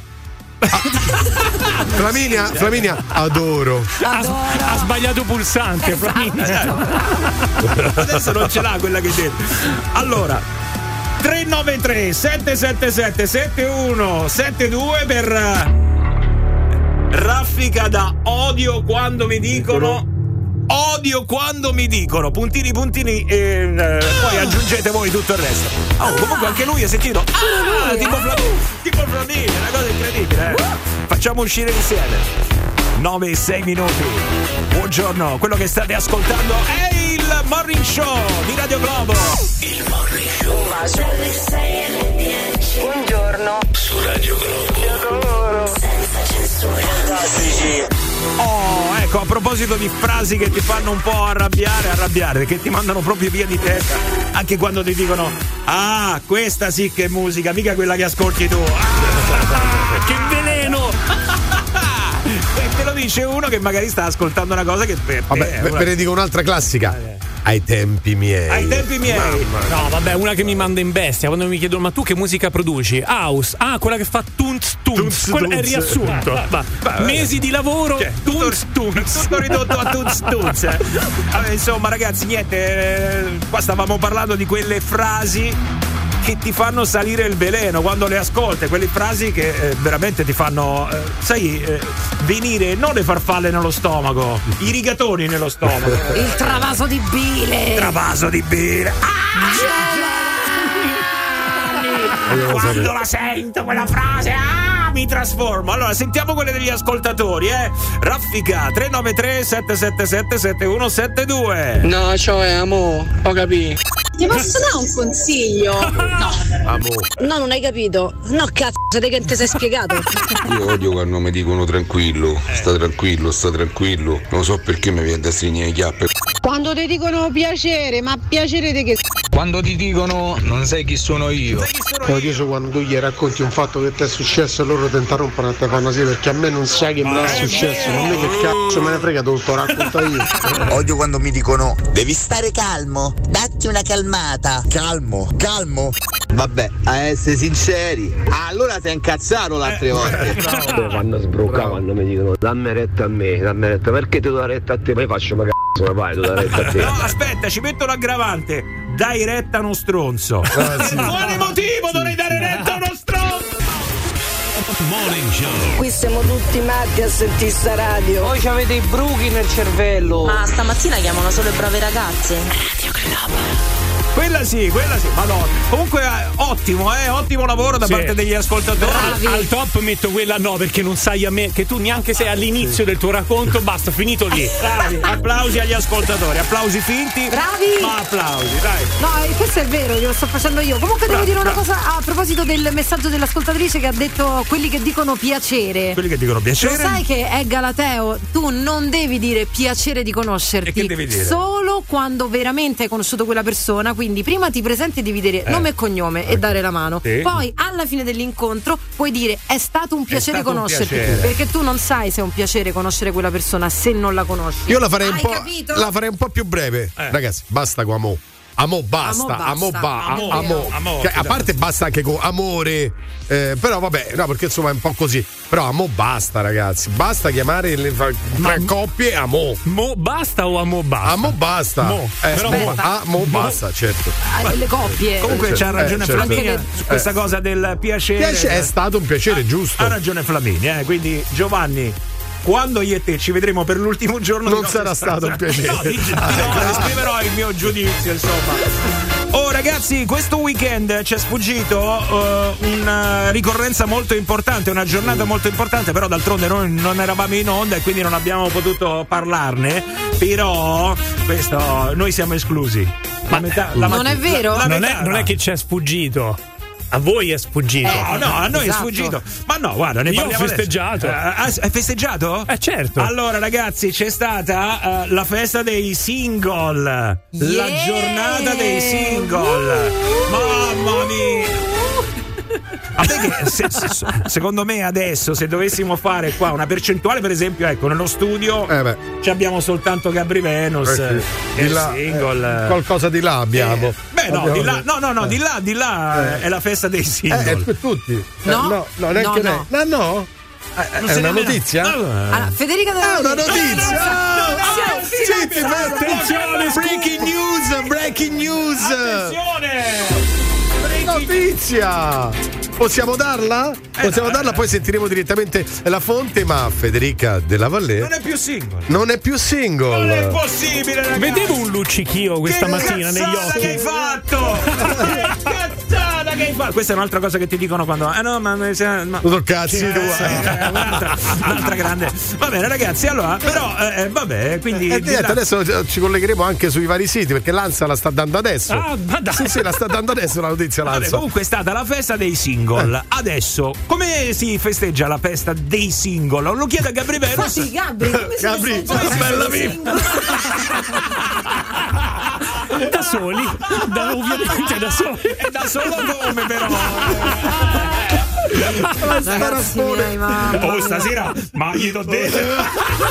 Flaminia, adoro. Ha sbagliato pulsante, Flaminia. Adesso non ce l'ha quella che dice. Allora, 393 777 7172 per raffica da odio quando mi dicono. Odio quando mi dicono puntini e poi aggiungete voi tutto il resto. Comunque anche lui ha sentito tipo Flaminia, una cosa incredibile. Facciamo uscire insieme 9 e 6 minuti. Buongiorno, quello che state ascoltando è il Morning Show di Radio Globo. Il Morning Show dalle 6 alle 10. Buongiorno su Radio Globo. Senza censura. Ecco, a proposito di frasi che ti fanno un po' arrabbiare, che ti mandano proprio via di testa, anche quando ti dicono questa sì che è musica, mica quella che ascolti tu. Che veleno! E te lo dice uno che magari sta ascoltando una cosa che per te. Ve ne dico un'altra classica. Ai tempi miei. No, vabbè, una che mi manda in bestia quando mi chiedono: ma tu che musica produci? House. Quella che fa tunz. Quella è il riassunto. Mesi di lavoro, tunz. Tutto ridotto a tunz. Insomma, ragazzi, niente. Qua stavamo parlando di quelle frasi che ti fanno salire il veleno quando le ascolti, quelle frasi che veramente ti fanno venire non le farfalle nello stomaco, i rigatoni nello stomaco, il travaso di bile. Quando la sento quella frase mi trasformo. Allora, sentiamo quelle degli ascoltatori, Raffica 393 777 7172. No, cioè, amo, ho capito. Ti posso dare un consiglio? No. No, non hai capito. No, cazzo, che non ti sei spiegato. Io odio quando mi dicono tranquillo, sta tranquillo. Non so perché mi viene da stringere le chiappe. Quando ti dicono piacere, ma piacere di che? Quando ti dicono non sai chi sono io. Lo dico quando tu gli racconti un fatto che ti è successo e loro ti interrompono e ti fanno sì, perché a me non sai che mi è successo, non è che cazzo me ne frega, te lo racconto io. Odio quando mi dicono devi stare calmo, datti una calmata. Calmo. Vabbè, a essere sinceri, allora sei incazzato le altre volte. Quando sbrucca, quando mi dicono dammi retta a me, perché ti do la retta a te? Poi faccio ma cazzo, vai, tu do la retta a te. No, aspetta, ci metto l'aggravante. Dai retta a uno stronzo. Sì. Quale motivo dovrei dare retta a uno stronzo? Morning Show. Qui siamo tutti matti a sentire sta radio. Poi avete i bruchi nel cervello. Ma stamattina chiamano solo le brave ragazze. Radio Club. Quella sì, madonna. Comunque ottimo lavoro da parte degli ascoltatori. Al top metto quella no, perché non sai a me che tu neanche sei all'inizio del tuo racconto, basta, finito lì. Bravi, applausi agli ascoltatori, applausi finti. Bravi. Ma applausi, dai. No, questo è vero, glielo sto facendo io. Comunque devo dire una cosa a proposito del messaggio dell'ascoltatrice che ha detto quelli che dicono piacere. Quelli che dicono piacere. Lo sai che è Galateo, tu non devi dire piacere di conoscerti. E che devi dire? Solo quando veramente hai conosciuto quella persona, quindi prima ti presenti e devi dire nome e cognome e dare la mano. Sì. Poi alla fine dell'incontro puoi dire è stato un piacere stato un conoscerti, piacere. perché tu non sai se è un piacere conoscere quella persona se non la conosci. Io la farei Capito? la farei un po' più breve. Ragazzi, basta con amo. Amo basta. Che, a parte basta anche con amore. Però vabbè, no, perché insomma è un po' così. Però amo basta, ragazzi. Basta chiamare le tre coppie amo. Mo basta o amo basta? Amo basta. Amo basta, certo. Le coppie. Comunque c'ha ragione Flaminia su questa cosa del piacere. È stato un piacere, giusto. Ha ragione Flaminia, quindi Giovanni, quando io e te ci vedremo per l'ultimo giorno non sarà stato un piacere. Esprimerò il mio giudizio, insomma. Oh ragazzi, questo weekend ci è sfuggito una ricorrenza molto importante, una giornata molto importante, però d'altronde noi non eravamo in onda e quindi non abbiamo potuto parlarne. Però questo noi siamo esclusi. Non è vero? Non è che ci è sfuggito. A voi è sfuggito. No, a noi è sfuggito. Ma no, guarda, ne parliamo. Io ho festeggiato. Hai festeggiato? Certo. Allora, ragazzi, c'è stata la festa dei single. La giornata dei single. Mamma mia. A te che secondo me adesso se dovessimo fare qua una percentuale, per esempio, ecco, nello studio ci abbiamo soltanto Gabri Venus di là, single. Qualcosa di là abbiamo. Di là, no, di là è la festa dei single. Per tutti. No, neanche no. No. È una notizia? Allora, Federica è una notizia. Attenzione, breaking news. Attenzione. Notizia! Possiamo darla? Poi sentiremo direttamente la fonte, ma Federica Della Vallée non è più single. Non è più single. Non è possibile, ragazzi. Vedevo un luccichio questa mattina negli occhi. Che hai fatto? Cazzata che hai fatto? Questa è un'altra cosa che ti dicono quando tutto cazzi tu. Un'altra grande. Va bene, ragazzi, allora, però vabbè, quindi adesso ci collegheremo anche sui vari siti, perché l'Ansa la sta dando adesso. Ma dai. Sì, la sta dando adesso la notizia l'Ansa. Vabbè, comunque è stata la festa dei single. Adesso, come si festeggia la festa dei single? Lo chiedo a Gabri Venus. Sì, Gabri, bella mia. Da soli, ovviamente da soli. E da solo come però? Stasera, ma gli do detto.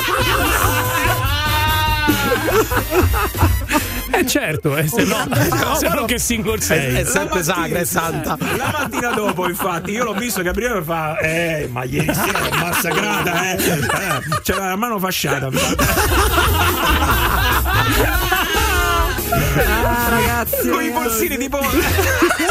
Certo, se no che single sei. È sempre sacra, è santa. La mattina dopo, infatti, io l'ho visto Gabriele fa ma ieri sera è massacrata, c'era la mano fasciata. Ragazzi, con i polsini tipo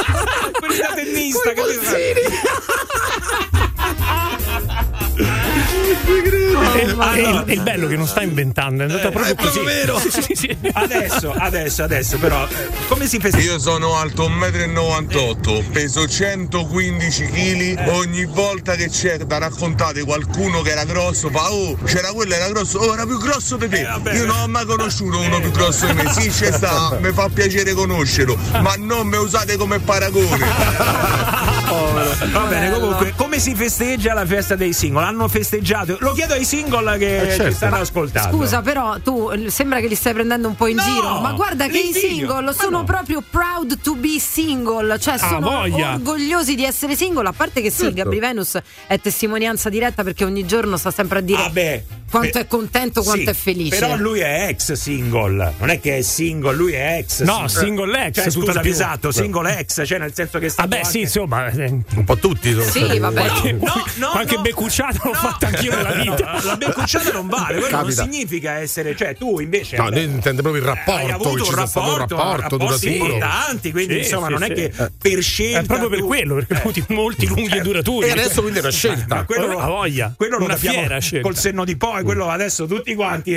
quelli da tennista, con i polsini. È il bello che non sta inventando, è andata proprio così. Vero. Sì. Adesso però come si festeggia? Io sono alto 1,98 m, peso 115 kg. Ogni volta che c'è da raccontare qualcuno che era grosso, fa c'era quello era grosso, era più grosso di te. Io non ho mai conosciuto uno più grosso di me. Sì, c'è sta, mi fa piacere conoscerlo, ma non mi usate come paragone. Va bene, comunque, come si festeggia la festa dei single? Hanno festeggiato? Lo chiedo ai single che ci stanno ascoltando. Scusa, però tu sembra che li stai prendendo un po' in giro. Ma guarda che i single sono proprio proud to be single, cioè sono orgogliosi di essere single. A parte che sì, Gabri Venus è testimonianza diretta perché ogni giorno sta sempre a dire quanto è contento, quanto è felice. Però lui è ex single, non è che è single, lui è ex. No, single ex. Cioè, scusa, esatto, single ex, cioè nel senso che sta. Vabbè, sì, insomma, un po' tutti. Sì, vabbè. Qualche beccucciata l'ho fatta anch'io nella vita. La beccucciata non vale, quello non significa essere, cioè tu invece. No, lei intende proprio il rapporto. Hai avuto un rapporto duraturo. Tanti, quindi insomma non è che per scelta. È proprio per quello, perché ho avuti molti lunghi e duraturi. E adesso quindi è una scelta. Quello lo una capiamo fiera scelta. Col senno di poi, quello adesso tutti quanti.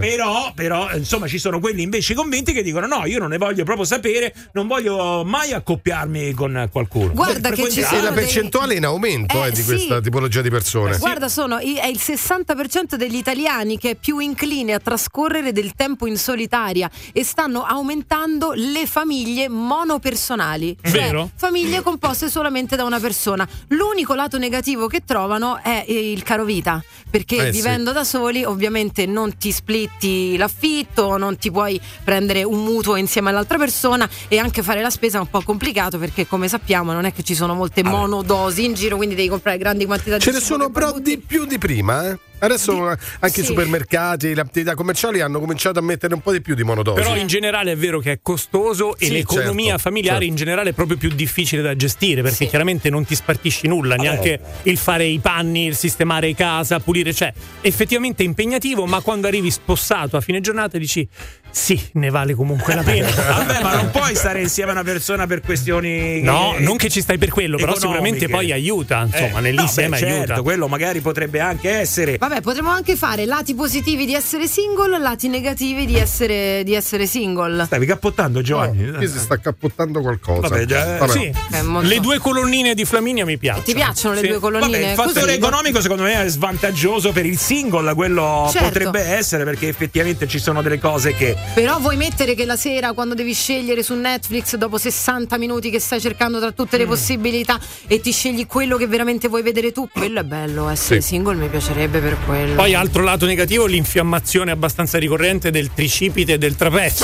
Però insomma ci sono quelli invece convinti che dicono no, io non ne voglio proprio sapere, non voglio mai accoppiarmi con qualcuno. Guarda che ci sono la percentuale in aumento di questa tipologia di persone. Guarda, è il 60% degli italiani che è più incline a trascorrere del tempo in solitaria e stanno aumentando le famiglie monopersonali, vero? Famiglie composte solamente da una persona. L'unico lato negativo che trovano è il caro vita, perché vivendo da soli ovviamente non ti splitti l'affitto, non ti puoi prendere un mutuo insieme all'altra persona e anche fare la spesa è un po' complicato perché come sappiamo non è che ci sono molte monodosi in giro, quindi devi comprare grandi quantità di cibo. Ce ne sono però di più di prima, Adesso anche i supermercati, le attività commerciali hanno cominciato a mettere un po' di più di monodosi. Però in generale è vero che è costoso e l'economia familiare in generale è proprio più difficile da gestire, perché chiaramente non ti spartisci nulla, neanche il fare i panni, il sistemare casa, pulire, cioè effettivamente è impegnativo, ma quando arrivi spossato a fine giornata dici sì, ne vale comunque la pena. Vabbè, ma non puoi stare insieme a una persona per questioni non che ci stai per quello, però economiche. Sicuramente poi aiuta, insomma, nell'insieme aiuta. Certo, quello magari potrebbe anche essere. Vabbè, potremmo anche fare lati positivi di essere single, lati negativi di essere single. Stavi cappottando, Giovanni? No, qui si sta cappottando qualcosa. Vabbè, sì. Le due colonnine di Flaminia mi piacciono. Ti piacciono le due colonnine? Vabbè, il fattore economico secondo me è svantaggioso per il single, quello potrebbe essere, perché effettivamente ci sono delle cose che. Però vuoi mettere che la sera, quando devi scegliere su Netflix, dopo 60 minuti che stai cercando tra tutte le possibilità e ti scegli quello che veramente vuoi vedere tu, quello è bello. Essere single mi piacerebbe per quello. Poi altro lato negativo, l'infiammazione abbastanza ricorrente del tricipite e del trapezzo.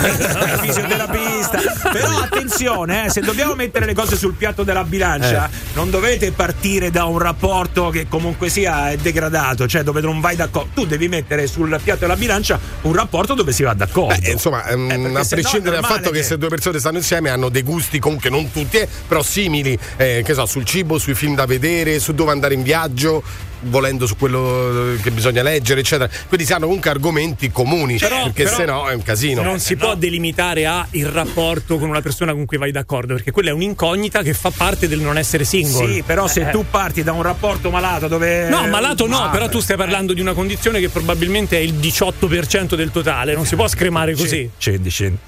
Fisioterapista. Però attenzione, se dobbiamo mettere le cose sul piatto della bilancia, non dovete partire da un rapporto che comunque sia è degradato, cioè dove non vai d'accordo. Tu devi mettere sul piatto della bilancia un rapporto dove si va d'accordo. Insomma, a prescindere dal fatto che se due persone stanno insieme hanno dei gusti comunque non tutti, però simili, che so, sul cibo, sui film da vedere, su dove andare in viaggio, volendo su quello che bisogna leggere, eccetera. Quindi si hanno comunque argomenti comuni, perché se no è un casino. Non si può delimitare a il rapporto con una persona con cui vai d'accordo, perché quella è un'incognita che fa parte del non essere single. Sì, però se tu parti da un rapporto malato dove. No, malato no, però tu stai parlando di una condizione che probabilmente è il 18% del totale, non si può scremare così. 5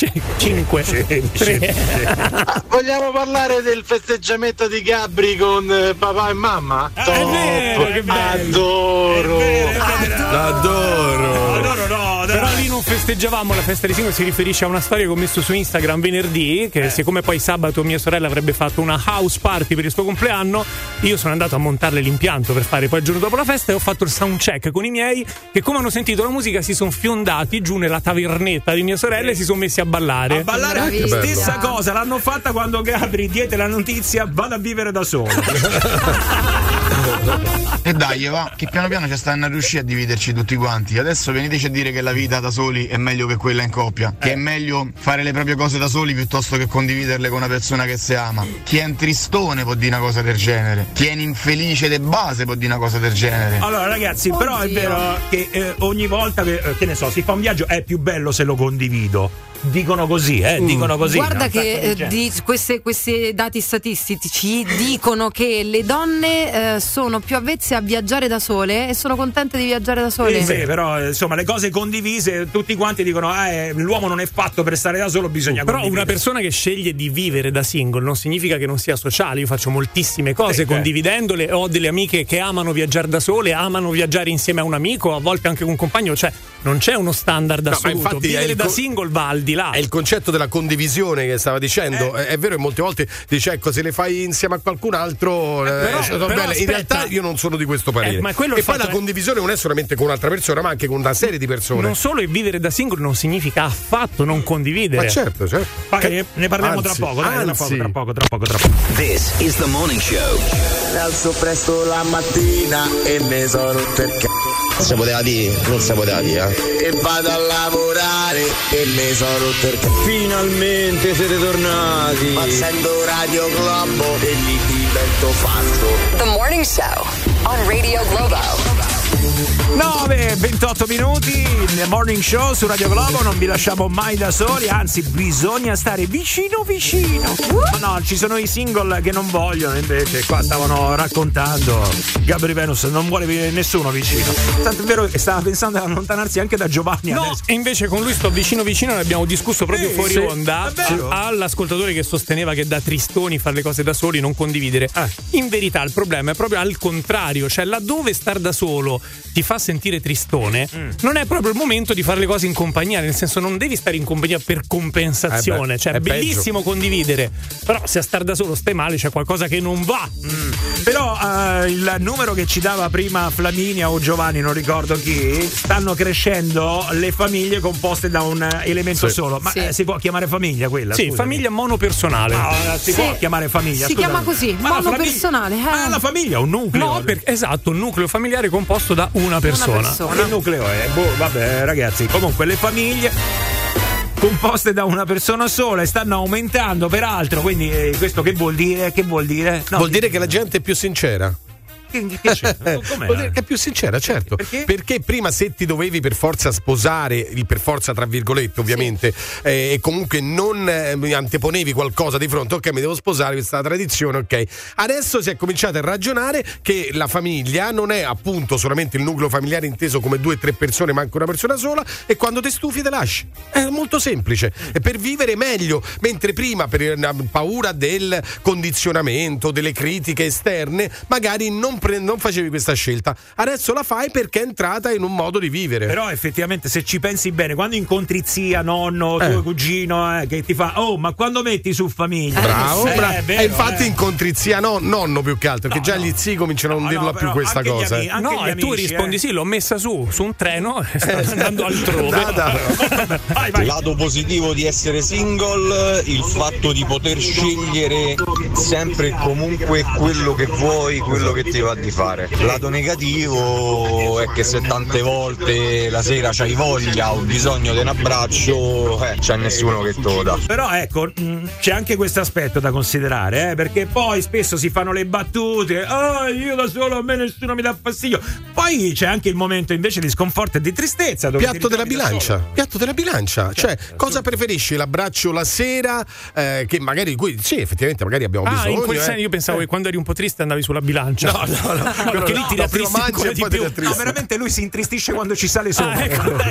3. Vogliamo parlare del festeggiamento di Gabri con papà e mamma? È vero, che bello. L'adoro. Però lì non festeggiavamo la festa dei single, si riferisce a una storia che ho messo su Instagram venerdì, che siccome poi sabato mia sorella avrebbe fatto una house party per il suo compleanno, io sono andato a montarle l'impianto per fare poi il giorno dopo la festa e ho fatto il sound check con i miei, che come hanno sentito la musica si sono fiondati giù nella tavernetta di mia sorella e si sono messi a ballare. Stessa cosa l'hanno fatta quando Gabri diede la notizia vado a vivere da solo. E dai, va, che piano piano ci stanno a riuscire a dividerci tutti quanti. Adesso veniteci a dire che la vita da soli è meglio che quella in coppia, che è meglio fare le proprie cose da soli piuttosto che condividerle con una persona che si ama. Chi è un tristone può dire una cosa del genere, chi è un infelice de base può dire una cosa del genere. Allora ragazzi, però è vero che ogni volta che ne so, si fa un viaggio è più bello se lo condivido. Dicono così, dicono così. Guarda che questi dati statistici dicono che le donne sono più avvezze a viaggiare da sole e sono contente di viaggiare da sole. Sì, però insomma le cose condivise, tutti quanti dicono l'uomo non è fatto per stare da solo, bisogna però condividere. Una persona che sceglie di vivere da single non significa che non sia sociale. Io faccio moltissime cose condividendole, ho delle amiche che amano viaggiare da sole, amano viaggiare insieme a un amico, a volte anche con un compagno, cioè non c'è uno standard assoluto. Vivere da single va al di là. È il concetto della condivisione che stava dicendo, è vero, e molte volte dice ecco, se le fai insieme a qualcun altro però bene. In realtà io non sono di questo parere, ma e poi la condivisione non è solamente con un'altra persona ma anche con una serie di persone. Non solo, e vivere da single non significa affatto non condividere. Ma certo. Ne parliamo tra poco, tra poco. This is the morning show. Mi alzo presto la mattina e mi sono rotto il c***o. Si poteva dire? Non si poteva dire. E vado a lavorare e mi sono rotto il c***o. Finalmente siete tornati. Facendo Radio Globo e li divento fatto. The Morning Show on Radio Globo. 9:28 minuti, il Morning Show su Radio Globo. Non vi lasciamo mai da soli, anzi bisogna stare vicino. Ma no, ci sono i single che non vogliono, invece qua stavano raccontando Gabri Venus non vuole nessuno vicino, tanto è vero che stava pensando ad allontanarsi anche da Giovanni adesso. E invece con lui sto vicino, ne abbiamo discusso proprio fuori onda all'ascoltatore che sosteneva che da tristoni fare le cose da soli, non condividere. In verità il problema è proprio al contrario, cioè laddove star da solo ti fa sentire tristone, non è proprio il momento di fare le cose in compagnia, nel senso non devi stare in compagnia per compensazione, cioè è bellissimo condividere, però se a star da solo stai male c'è qualcosa che non va. Però il numero che ci dava prima Flaminia o Giovanni, non ricordo chi, stanno crescendo le famiglie composte da un elemento solo, ma si può chiamare famiglia quella? Sì, famiglia monopersonale. Si può chiamare famiglia? Si chiama così, monopersonale. La famiglia è un nucleo. No, esatto, un nucleo familiare composto da una persona. Che nucleo è? Vabbè ragazzi, comunque le famiglie composte da una persona sola e stanno aumentando peraltro, quindi questo che vuol dire? Vuol dire che la gente è più sincera. Che è più sincera, certo. Perché prima se ti dovevi per forza sposare, il per forza tra virgolette ovviamente, e comunque non anteponevi qualcosa di fronte, ok, mi devo sposare, questa è la tradizione, ok. Adesso si è cominciato a ragionare che la famiglia non è appunto solamente il nucleo familiare inteso come 2 o 3 persone, ma anche una persona sola, e quando ti stufi te lasci. È molto semplice, è per vivere meglio, mentre prima per paura del condizionamento, delle critiche esterne, magari non facevi questa scelta, adesso la fai perché è entrata in un modo di vivere. Però effettivamente se ci pensi bene, quando incontri zia, nonno, tuo cugino che ti fa ma quando metti su famiglia? Bravo. E infatti incontri zia, nonno più che altro, perché già gli zii cominciano a non dirla più questa cosa. E tu rispondi sì, l'ho messa su un treno e sta andando altrove. Vai. Lato positivo di essere single, il fatto di poter scegliere sempre e comunque quello che vuoi, quello che ti va di fare. Lato negativo è che se tante volte la sera c'hai voglia o bisogno di un abbraccio, c'è nessuno che te lo dà. Però ecco, c'è anche questo aspetto da considerare, perché poi spesso si fanno le battute, io da solo, a me nessuno mi dà fastidio. Poi c'è anche il momento invece di sconforto e di tristezza. Piatto della bilancia. Cioè, cosa preferisci? L'abbraccio la sera, che magari sì, effettivamente magari abbiamo bisogno. In quel senso io pensavo che quando eri un po' triste andavi sulla bilancia. No, perché lì ti prima mangi e poi ti no, veramente lui si intristisce quando ci sale sopra.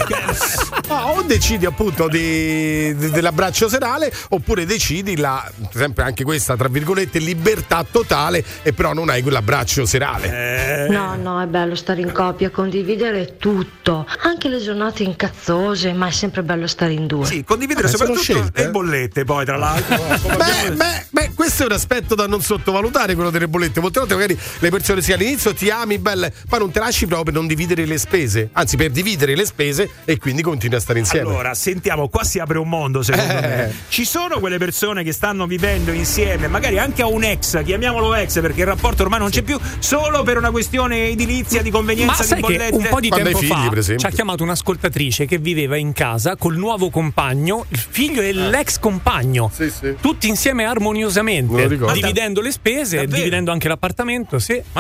O decidi appunto dell'abbraccio serale, oppure decidi sempre anche questa tra virgolette libertà totale, e però non hai quell'abbraccio serale. No, è bello stare in coppia, condividere tutto, anche le giornate incazzose, ma è sempre bello stare in 2. Sì, condividere soprattutto le bollette, poi tra l'altro. Beh, questo è un aspetto da non sottovalutare, quello delle bollette. Molte volte magari le persone all'inizio ti ami, belle, poi non te lasci proprio per non dividere le spese, anzi per dividere le spese, e quindi continui a stare insieme. Allora, sentiamo, qua si apre un mondo secondo me. Ci sono quelle persone che stanno vivendo insieme, magari anche a un ex, chiamiamolo ex perché il rapporto ormai non c'è più, solo per una questione edilizia, di convenienza, di bollette. Che un po' di tempo fa ci ha chiamato un'ascoltatrice che viveva in casa col nuovo compagno, il figlio e l'ex compagno, tutti insieme armoniosamente, dividendo le spese, dividendo anche l'appartamento. Sì. Ma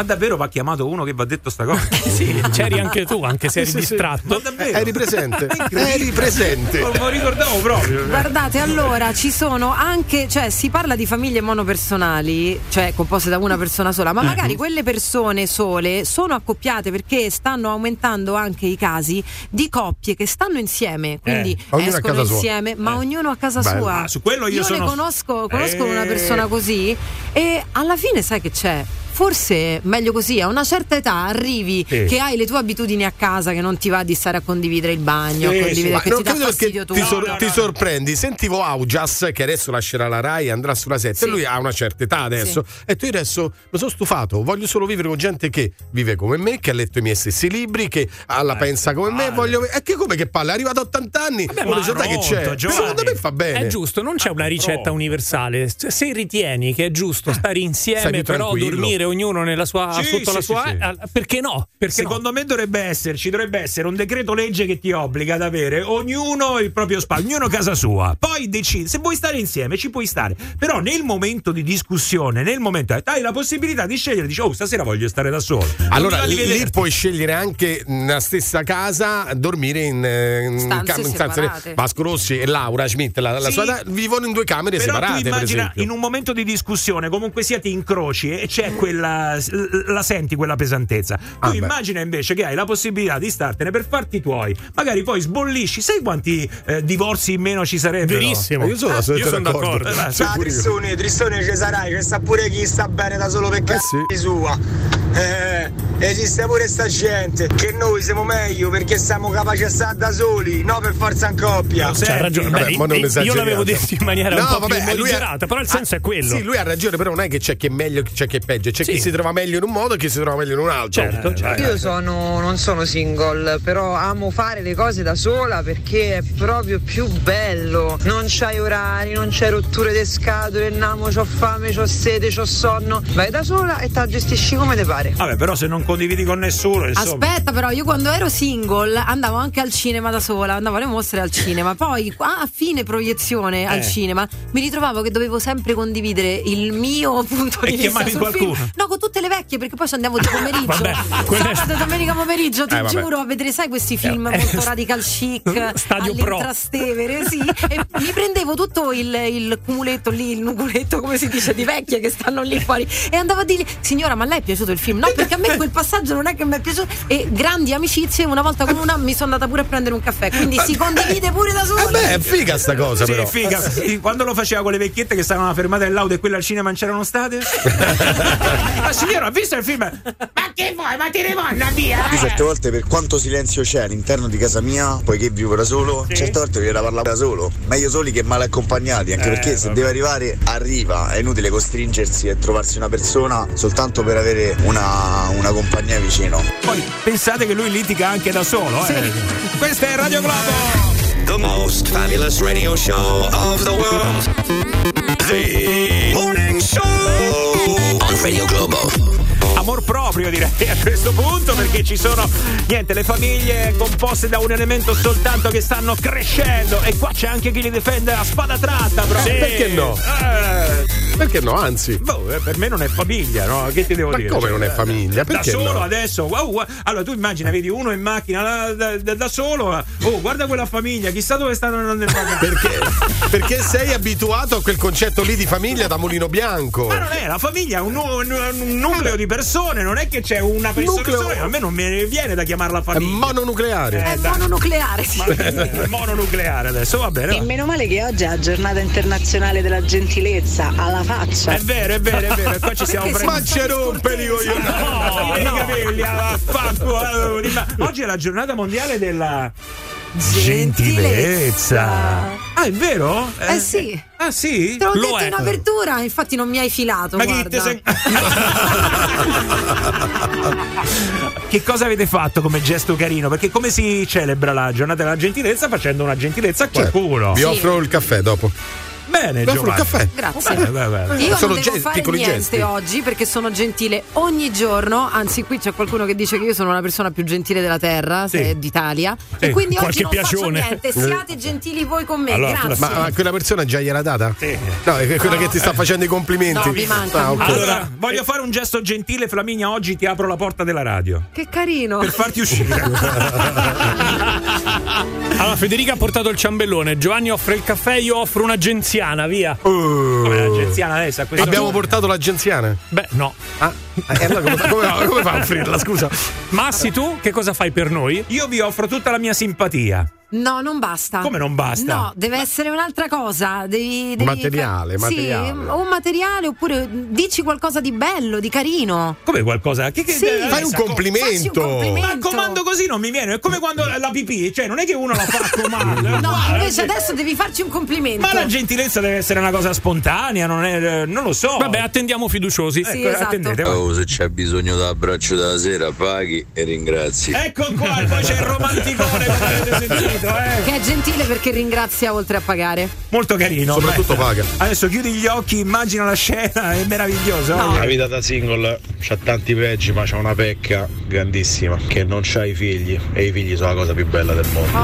Ma davvero va chiamato uno che va detto sta cosa? Sì, c'eri anche tu, anche se eri distratto. Ma davvero? Eri presente? Eri presente. Non me lo ricordavo proprio. Guardate, allora ci sono anche, cioè si parla di famiglie monopersonali, cioè composte da una persona sola, ma magari quelle persone sole sono accoppiate, perché stanno aumentando anche i casi di coppie che stanno insieme, quindi escono insieme, ma ognuno a casa sua. Su quello io ne conosco una persona così, e alla fine sai che c'è? Forse meglio così, a una certa età arrivi che hai le tue abitudini a casa, che non ti va di stare a condividere il bagno, a condividere, che ti dà fastidio tu. Ti sorprendi. Sentivo Augias che adesso lascerà la Rai e andrà sulla 7, lui ha una certa età adesso, e io adesso mi sono stufato, voglio solo vivere con gente che vive come me, che ha letto i miei stessi libri, che la pensa come me, e che come che palle, è arrivato a 80 anni, una certa che c'è, secondo me fa bene. È giusto, non c'è una ricetta universale. Se ritieni che è giusto stare insieme, però dormire ognuno nella sua sotto la sua perché no? Perché secondo me dovrebbe essere un decreto legge che ti obbliga ad avere ognuno il proprio spazio, ognuno casa sua. Poi decidi, se vuoi stare insieme ci puoi stare, però nel momento di discussione, nel momento hai la possibilità di scegliere, dici stasera voglio stare da solo. Allora lì puoi scegliere anche nella stessa casa, dormire in stanze. Vasco Rossi e Laura Schmidt, la sua vivono in 2 camere separate. Tu immagina, per in un momento di discussione comunque sia ti incroci e c'è quella, la senti quella pesantezza. Tu immagina invece che hai la possibilità di startene per farti tuoi, magari poi sbollisci. Sai quanti divorzi in meno ci sarebbero? Verissimo. Io sono d'accordo. Ciao Tristone ci sarai, che sa pure chi sta bene da solo perché è sua. Esiste pure sta gente che noi siamo meglio perché siamo capaci di stare da soli, no per forza in coppia. C'ha ragione. Io l'avevo detto in maniera un po' più morigerata, però il senso è quello. Sì, lui ha ragione, però non è che c'è chi è meglio e c'è chi è peggio, c'è chi si trova meglio in un modo e chi si trova meglio in un altro. Certo. Io non sono single, però amo fare le cose da sola perché è proprio più bello. Non c'hai orari, non c'hai rotture di scatole, c'ho fame, c'ho sete, c'ho sonno. Vai da sola e te gestisci come te pare. Vabbè, però se non condividi con nessuno, insomma. Aspetta, però io quando ero single andavo anche al cinema da sola, andavo alle mostre al cinema, poi a fine proiezione al cinema mi ritrovavo che dovevo sempre condividere il mio punto di vista sul qualcuno? film. No, con tutte le vecchie, perché poi ci andiamo di pomeriggio. Sabato e domenica pomeriggio, ti giuro, a vedere, sai, questi film molto radical chic, Stadio Pro, Trastevere, e mi prendevo tutto il cumuletto lì, il nuculetto, come si dice, di vecchie che stanno lì fuori, e andavo a dire: signora, ma a lei è piaciuto il film? No, perché a me quel passaggio non è che mi è piaciuto. E grandi amicizie, una volta con una mi sono andata pure a prendere un caffè, quindi si condivide pure da soli. È figa sta cosa, però. Figa. Quando lo faceva con le vecchiette che stavano fermate all'auto e quelle al cinema non c'erano state? Ma signora, ha visto il film? Ma che vuoi? Ma te ne vanno via? Io certe volte, per quanto silenzio c'è all'interno di casa mia, poiché vivo da solo, certe volte voglio parlare da solo. Meglio soli che male accompagnati, anche perché se deve arrivare, arriva. È inutile costringersi e trovarsi una persona soltanto per avere una compagnia vicino. Poi pensate che lui litiga anche da solo, Questa è Radio Globo, the most fabulous radio show of the world, the morning show on Radio Globo. Amor proprio, direi, a questo punto, perché ci sono le famiglie composte da un elemento soltanto che stanno crescendo, e qua c'è anche chi li difende a spada tratta, però. Perché no? Perché no? Anzi, per me non è famiglia, no? Che ti devo dire? Ma come non è famiglia? Perché da solo no? Adesso, allora tu immagina, vedi uno in macchina da solo, guarda quella famiglia, chissà dove stanno andando in vacanza. Perché sei abituato a quel concetto lì di famiglia da Mulino Bianco. Ma non è, la famiglia è un nucleo di persone, non è che c'è una persona, a me non mi viene da chiamarla famiglia. È mononucleare. È mononucleare, sì. Mononucleare adesso, va bene. E meno male che oggi è la giornata internazionale della gentilezza, alla faccia. È vero. Qua ci siamo prendendo. Ma ci rompe i capelli, oggi è la giornata mondiale della gentilezza. Ah, è vero? Sì. Ah, sì? Te l'ho detto in apertura, infatti non mi hai filato. Ma guarda. Che cosa avete fatto come gesto carino? Perché come si celebra la giornata della gentilezza? Facendo una gentilezza a qualcuno. Vi offro il caffè dopo. Beh, bene, Mi offro Giovanni. il caffè. Grazie. Beh. Io Sono non devo fare piccoli niente gesti. oggi perché sono gentile ogni giorno. Anzi, qui c'è qualcuno che dice che io sono la persona più gentile della terra, d'Italia. E quindi oggi non faccio niente. Siate gentili voi con me. Allora, grazie. ma quella persona già gliela data? Sì. No, è quella che ti sta facendo i complimenti. No, mi manca. Ok. Allora, voglio fare un gesto gentile, Flaminia. Oggi ti apro la porta della radio Che carino. per farti uscire. Allora, Federica ha portato il ciambellone, Giovanni offre il caffè, io offro una genziana, via. Come l'agenziana adesso a questo Abbiamo punto? portato l'agenziana? Beh, no. Allora come fa a offrirla, scusa? Massi, tu che cosa fai per noi? Io vi offro tutta la mia simpatia. No, non basta. Come non basta? No, deve essere un'altra cosa. Devi Materiale. Sì, o materiale, oppure dici qualcosa di bello, di carino. Come qualcosa? Sì. Fai un Facci un complimento. complimento. Ma comando così non mi viene. È come quando la pipì, cioè non è che uno la fa a comando. No, invece adesso devi farci un complimento. Ma la gentilezza deve essere una cosa spontanea, non lo so. Vabbè, attendiamo fiduciosi. Sì, esatto. Attendete. Oh, se c'è bisogno d'abbraccio della sera, paghi e ringrazi. Ecco qua, e poi c'è il romanticone, come avete sentito, Che è gentile perché ringrazia oltre a pagare. Molto carino. Soprattutto paga. Adesso chiudi gli occhi, immagina la scena, è meraviglioso. No. La vita da single c'ha tanti pregi, ma c'ha una pecca grandissima, che non c'ha i figli, e i figli sono la cosa più bella del mondo.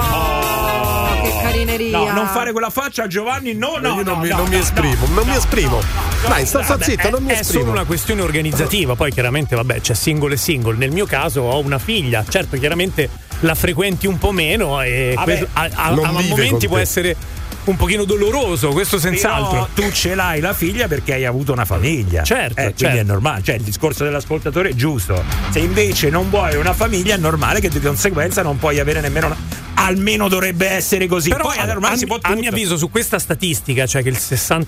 Oh, che carineria. No, non fare quella faccia, Giovanni, no. Io non mi esprimo. Dai, sta zitto, non mi È esprimo. solo una questione organizzativa, poi chiaramente vabbè c'è single e single. Nel mio caso ho una figlia, certo chiaramente la frequenti un po' meno e Vabbè, a non vive momenti con può te. essere un pochino doloroso, questo senz'altro. Però tu ce l'hai la figlia perché hai avuto una famiglia. Certo, quindi certo. è normale, cioè il discorso dell'ascoltatore è giusto. Se invece non vuoi una famiglia è normale che di conseguenza non puoi avere nemmeno una. Almeno dovrebbe essere così. Però poi ormai si può tutto. a mio avviso su questa statistica, cioè che il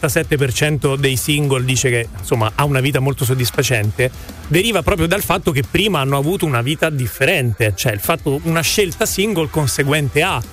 67% dei single dice che insomma ha una vita molto soddisfacente, deriva proprio dal fatto che prima hanno avuto una vita differente, cioè il fatto una scelta single conseguente a.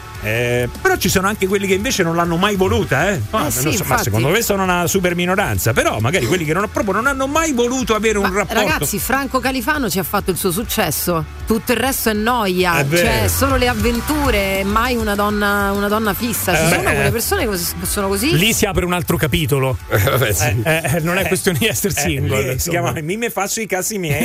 Però ci sono anche quelli che invece non l'hanno mai voluta, Ma, sì, non so, ma infatti. secondo me sono una super minoranza. Però magari quelli che non hanno mai voluto avere un rapporto. Ragazzi, Franco Califano ci ha fatto il suo successo. Tutto il resto è noia. È vero. Cioè, solo le avventure, mai una donna fissa. Ci sono quelle persone che sono così. Lì si apre un altro capitolo. Vabbè, sì. Non è questione di essere single. Si chiama Mi me faccio i cazzi miei.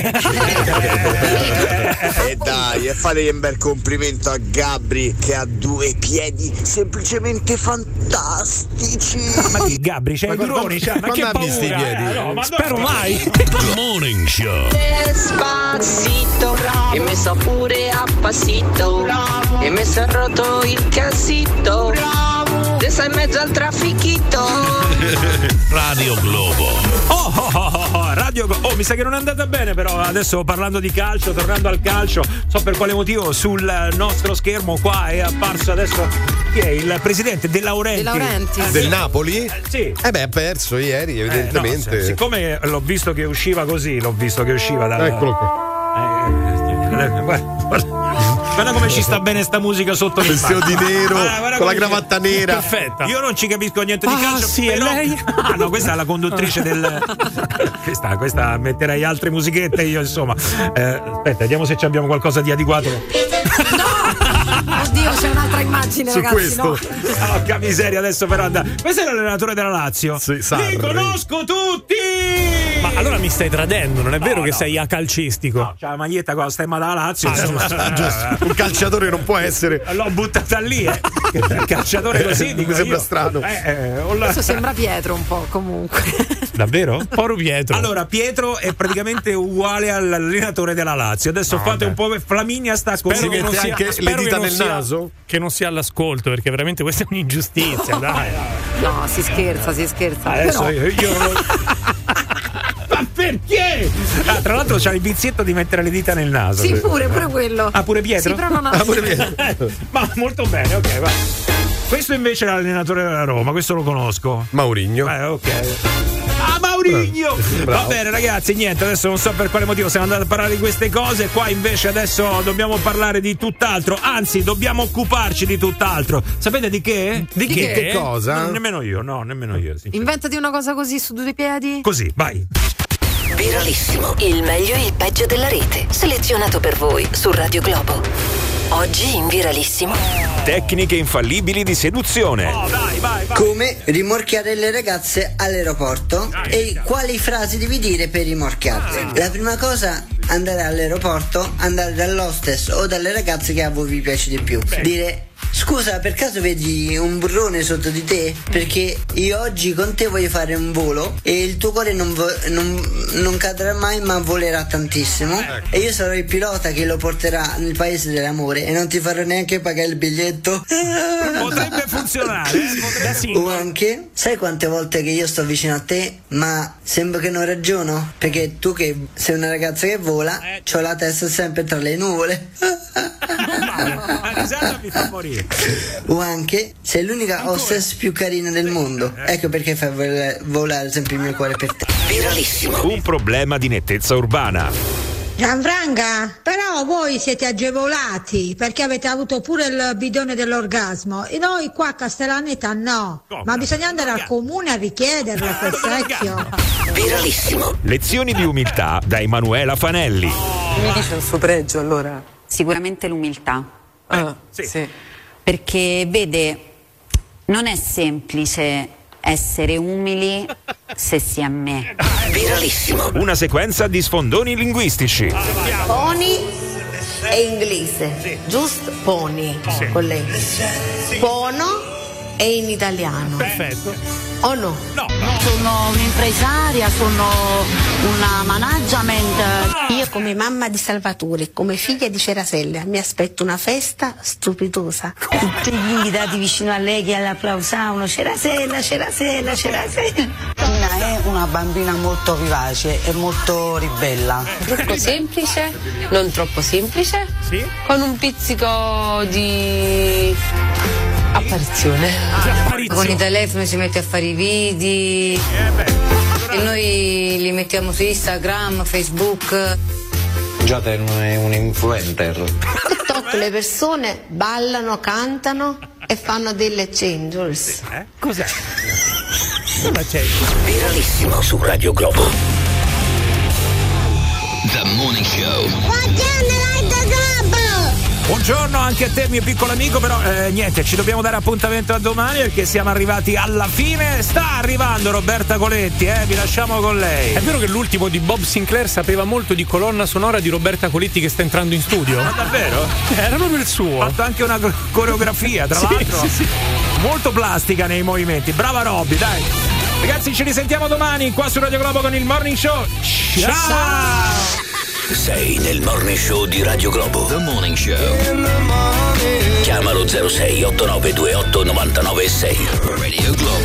E dai, e fategli un bel complimento a Gabri che ha due piedi semplicemente fantastici. Ma che Gabri, c'hai i duroni, ma che ha visto i paura, piedi? no, ma Spero mai. The Morning Show. Despacito, e mi so pure appasito, e mi so rotto il casito, te sei in mezzo al traffichito. Radio Globo. Mi sa che non è andata bene, però adesso parlando di calcio, tornando al calcio, so per quale motivo sul nostro schermo qua è apparso adesso chi è il presidente De Laurenti. Del Napoli? Sì. Ha perso ieri, evidentemente. No, siccome l'ho visto che usciva così, dalla. Eccolo qua. Guarda come ci sta bene sta musica sotto il Vestito di nero, con la cravatta nera. Perfetta. Io non ci capisco niente di calcio. Sì, però... è lei? No, questa è la conduttrice del. Questa metterei altre musichette io, insomma. Aspetta, vediamo se ci abbiamo qualcosa di adeguato. Oddio, c'è un'altra immagine, Su ragazzi. questo. No. Porca miseria, adesso per andare. Questo è l'allenatore della Lazio. Sì, Sarri. Li conosco tutti! Ma allora mi stai tradendo, non è vero che no. sei acalcistico? No, c'ha la maglietta con la stemma della Lazio. Giusto. Un calciatore non può essere. L'ho buttata lì, Il calciatore così, dico Mi sembra io. strano. Questo sembra Pietro un po', comunque. Davvero? Poro Pietro. Allora, Pietro è praticamente uguale all'allenatore della Lazio. Adesso fate un po'. Flaminia sta con Spero che non sia, anche le spero dita che non nel sia- naso? Che non sia all'ascolto, perché veramente questa è un'ingiustizia. Dai. No, si scherza. Adesso Però... io non lo... Ma perché? Tra l'altro c'ha il vizietto di mettere le dita nel naso. Sì, pure quello. Ah, pure Pietro? Sì, però non ha... Pure Pietro. Ma molto bene, ok, va. Questo invece è l'allenatore della Roma, questo lo conosco. Maurigno. Ok. Ah, Maurigno! Bravo. Va bene, ragazzi, niente, adesso non so per quale motivo siamo andati a parlare di queste cose. Qua invece adesso dobbiamo parlare di tutt'altro. Anzi, dobbiamo occuparci di tutt'altro. Sapete di che? Di che? Che cosa? No, nemmeno io, sinceramente. Inventati una cosa così su due piedi. Così, vai. Viralissimo, il meglio e il peggio della rete, selezionato per voi su Radio Globo. Oggi in Viralissimo. Tecniche infallibili di seduzione. Vai. Come rimorchiare le ragazze all'aeroporto e quali frasi devi dire per rimorchiarle. La prima cosa, andare all'aeroporto, andare dall'hostess o dalle ragazze che a voi vi piace di più. Dire: scusa, per caso vedi un burrone sotto di te? Perché io oggi con te voglio fare un volo e il tuo cuore non cadrà mai, ma volerà tantissimo. E io sarò il pilota che lo porterà nel paese dell'amore e non ti farò neanche pagare il biglietto. Potrebbe funzionare. O anche, sai quante volte che io sto vicino a te, ma sembra che non ragiono? Perché tu che sei una ragazza che vola, c'ho la testa sempre tra le nuvole. La risata mi fa morire. O anche, sei l'unica hostess più carina del mondo. Ecco perché fai volare sempre il mio cuore per te. Viralissimo. Un problema di nettezza urbana. Gianfranca, però voi siete agevolati perché avete avuto pure il bidone dell'orgasmo e noi qua a Castellaneta no. Ma bisogna andare al comune a richiederlo quel secchio. Viralissimo. Lezioni di umiltà da Emanuela Fanelli. Mi dice il suo pregio allora? Sicuramente l'umiltà. Sì. Perché vede, non è semplice essere umili se si è me. Viralissimo. Una sequenza di sfondoni linguistici. Pony è inglese, giusto? Pony con lei. Pono è in italiano. Perfetto. O no? No. Sono un'impresaria, sono una management. Io come mamma di Salvatore, come figlia di Cerasella, mi aspetto una festa strepitosa. Tutti gli invitati vicino a lei che l'applausavano. Cerasella. Tina è una bambina molto vivace e molto ribella. Troppo semplice, non troppo semplice, con un pizzico di apparizione. Con i telefoni si mette a fare i video e noi li mettiamo su Instagram, Facebook. Già te non è un influencer. TikTok le persone ballano, cantano e fanno delle changes. Cos'è? Cosa c'è? Viralissimo su Radio Globo. The Morning Show. Buongiorno anche a te mio piccolo amico, però niente, ci dobbiamo dare appuntamento a domani perché siamo arrivati alla fine. Sta arrivando Roberta Coletti, vi lasciamo con lei. È vero che l'ultimo di Bob Sinclair sapeva molto di colonna sonora di Roberta Coletti che sta entrando in studio? Ma davvero? Era proprio il suo. Ha fatto anche una coreografia, tra l'altro. Sì. Molto plastica nei movimenti. Brava Robby, dai. Ragazzi, ci risentiamo domani qua su Radio Globo con il Morning Show. Ciao! Sei nel Morning Show di Radio Globo. The Morning Show. Chiamalo 06 89 28 99 6. Radio Globo.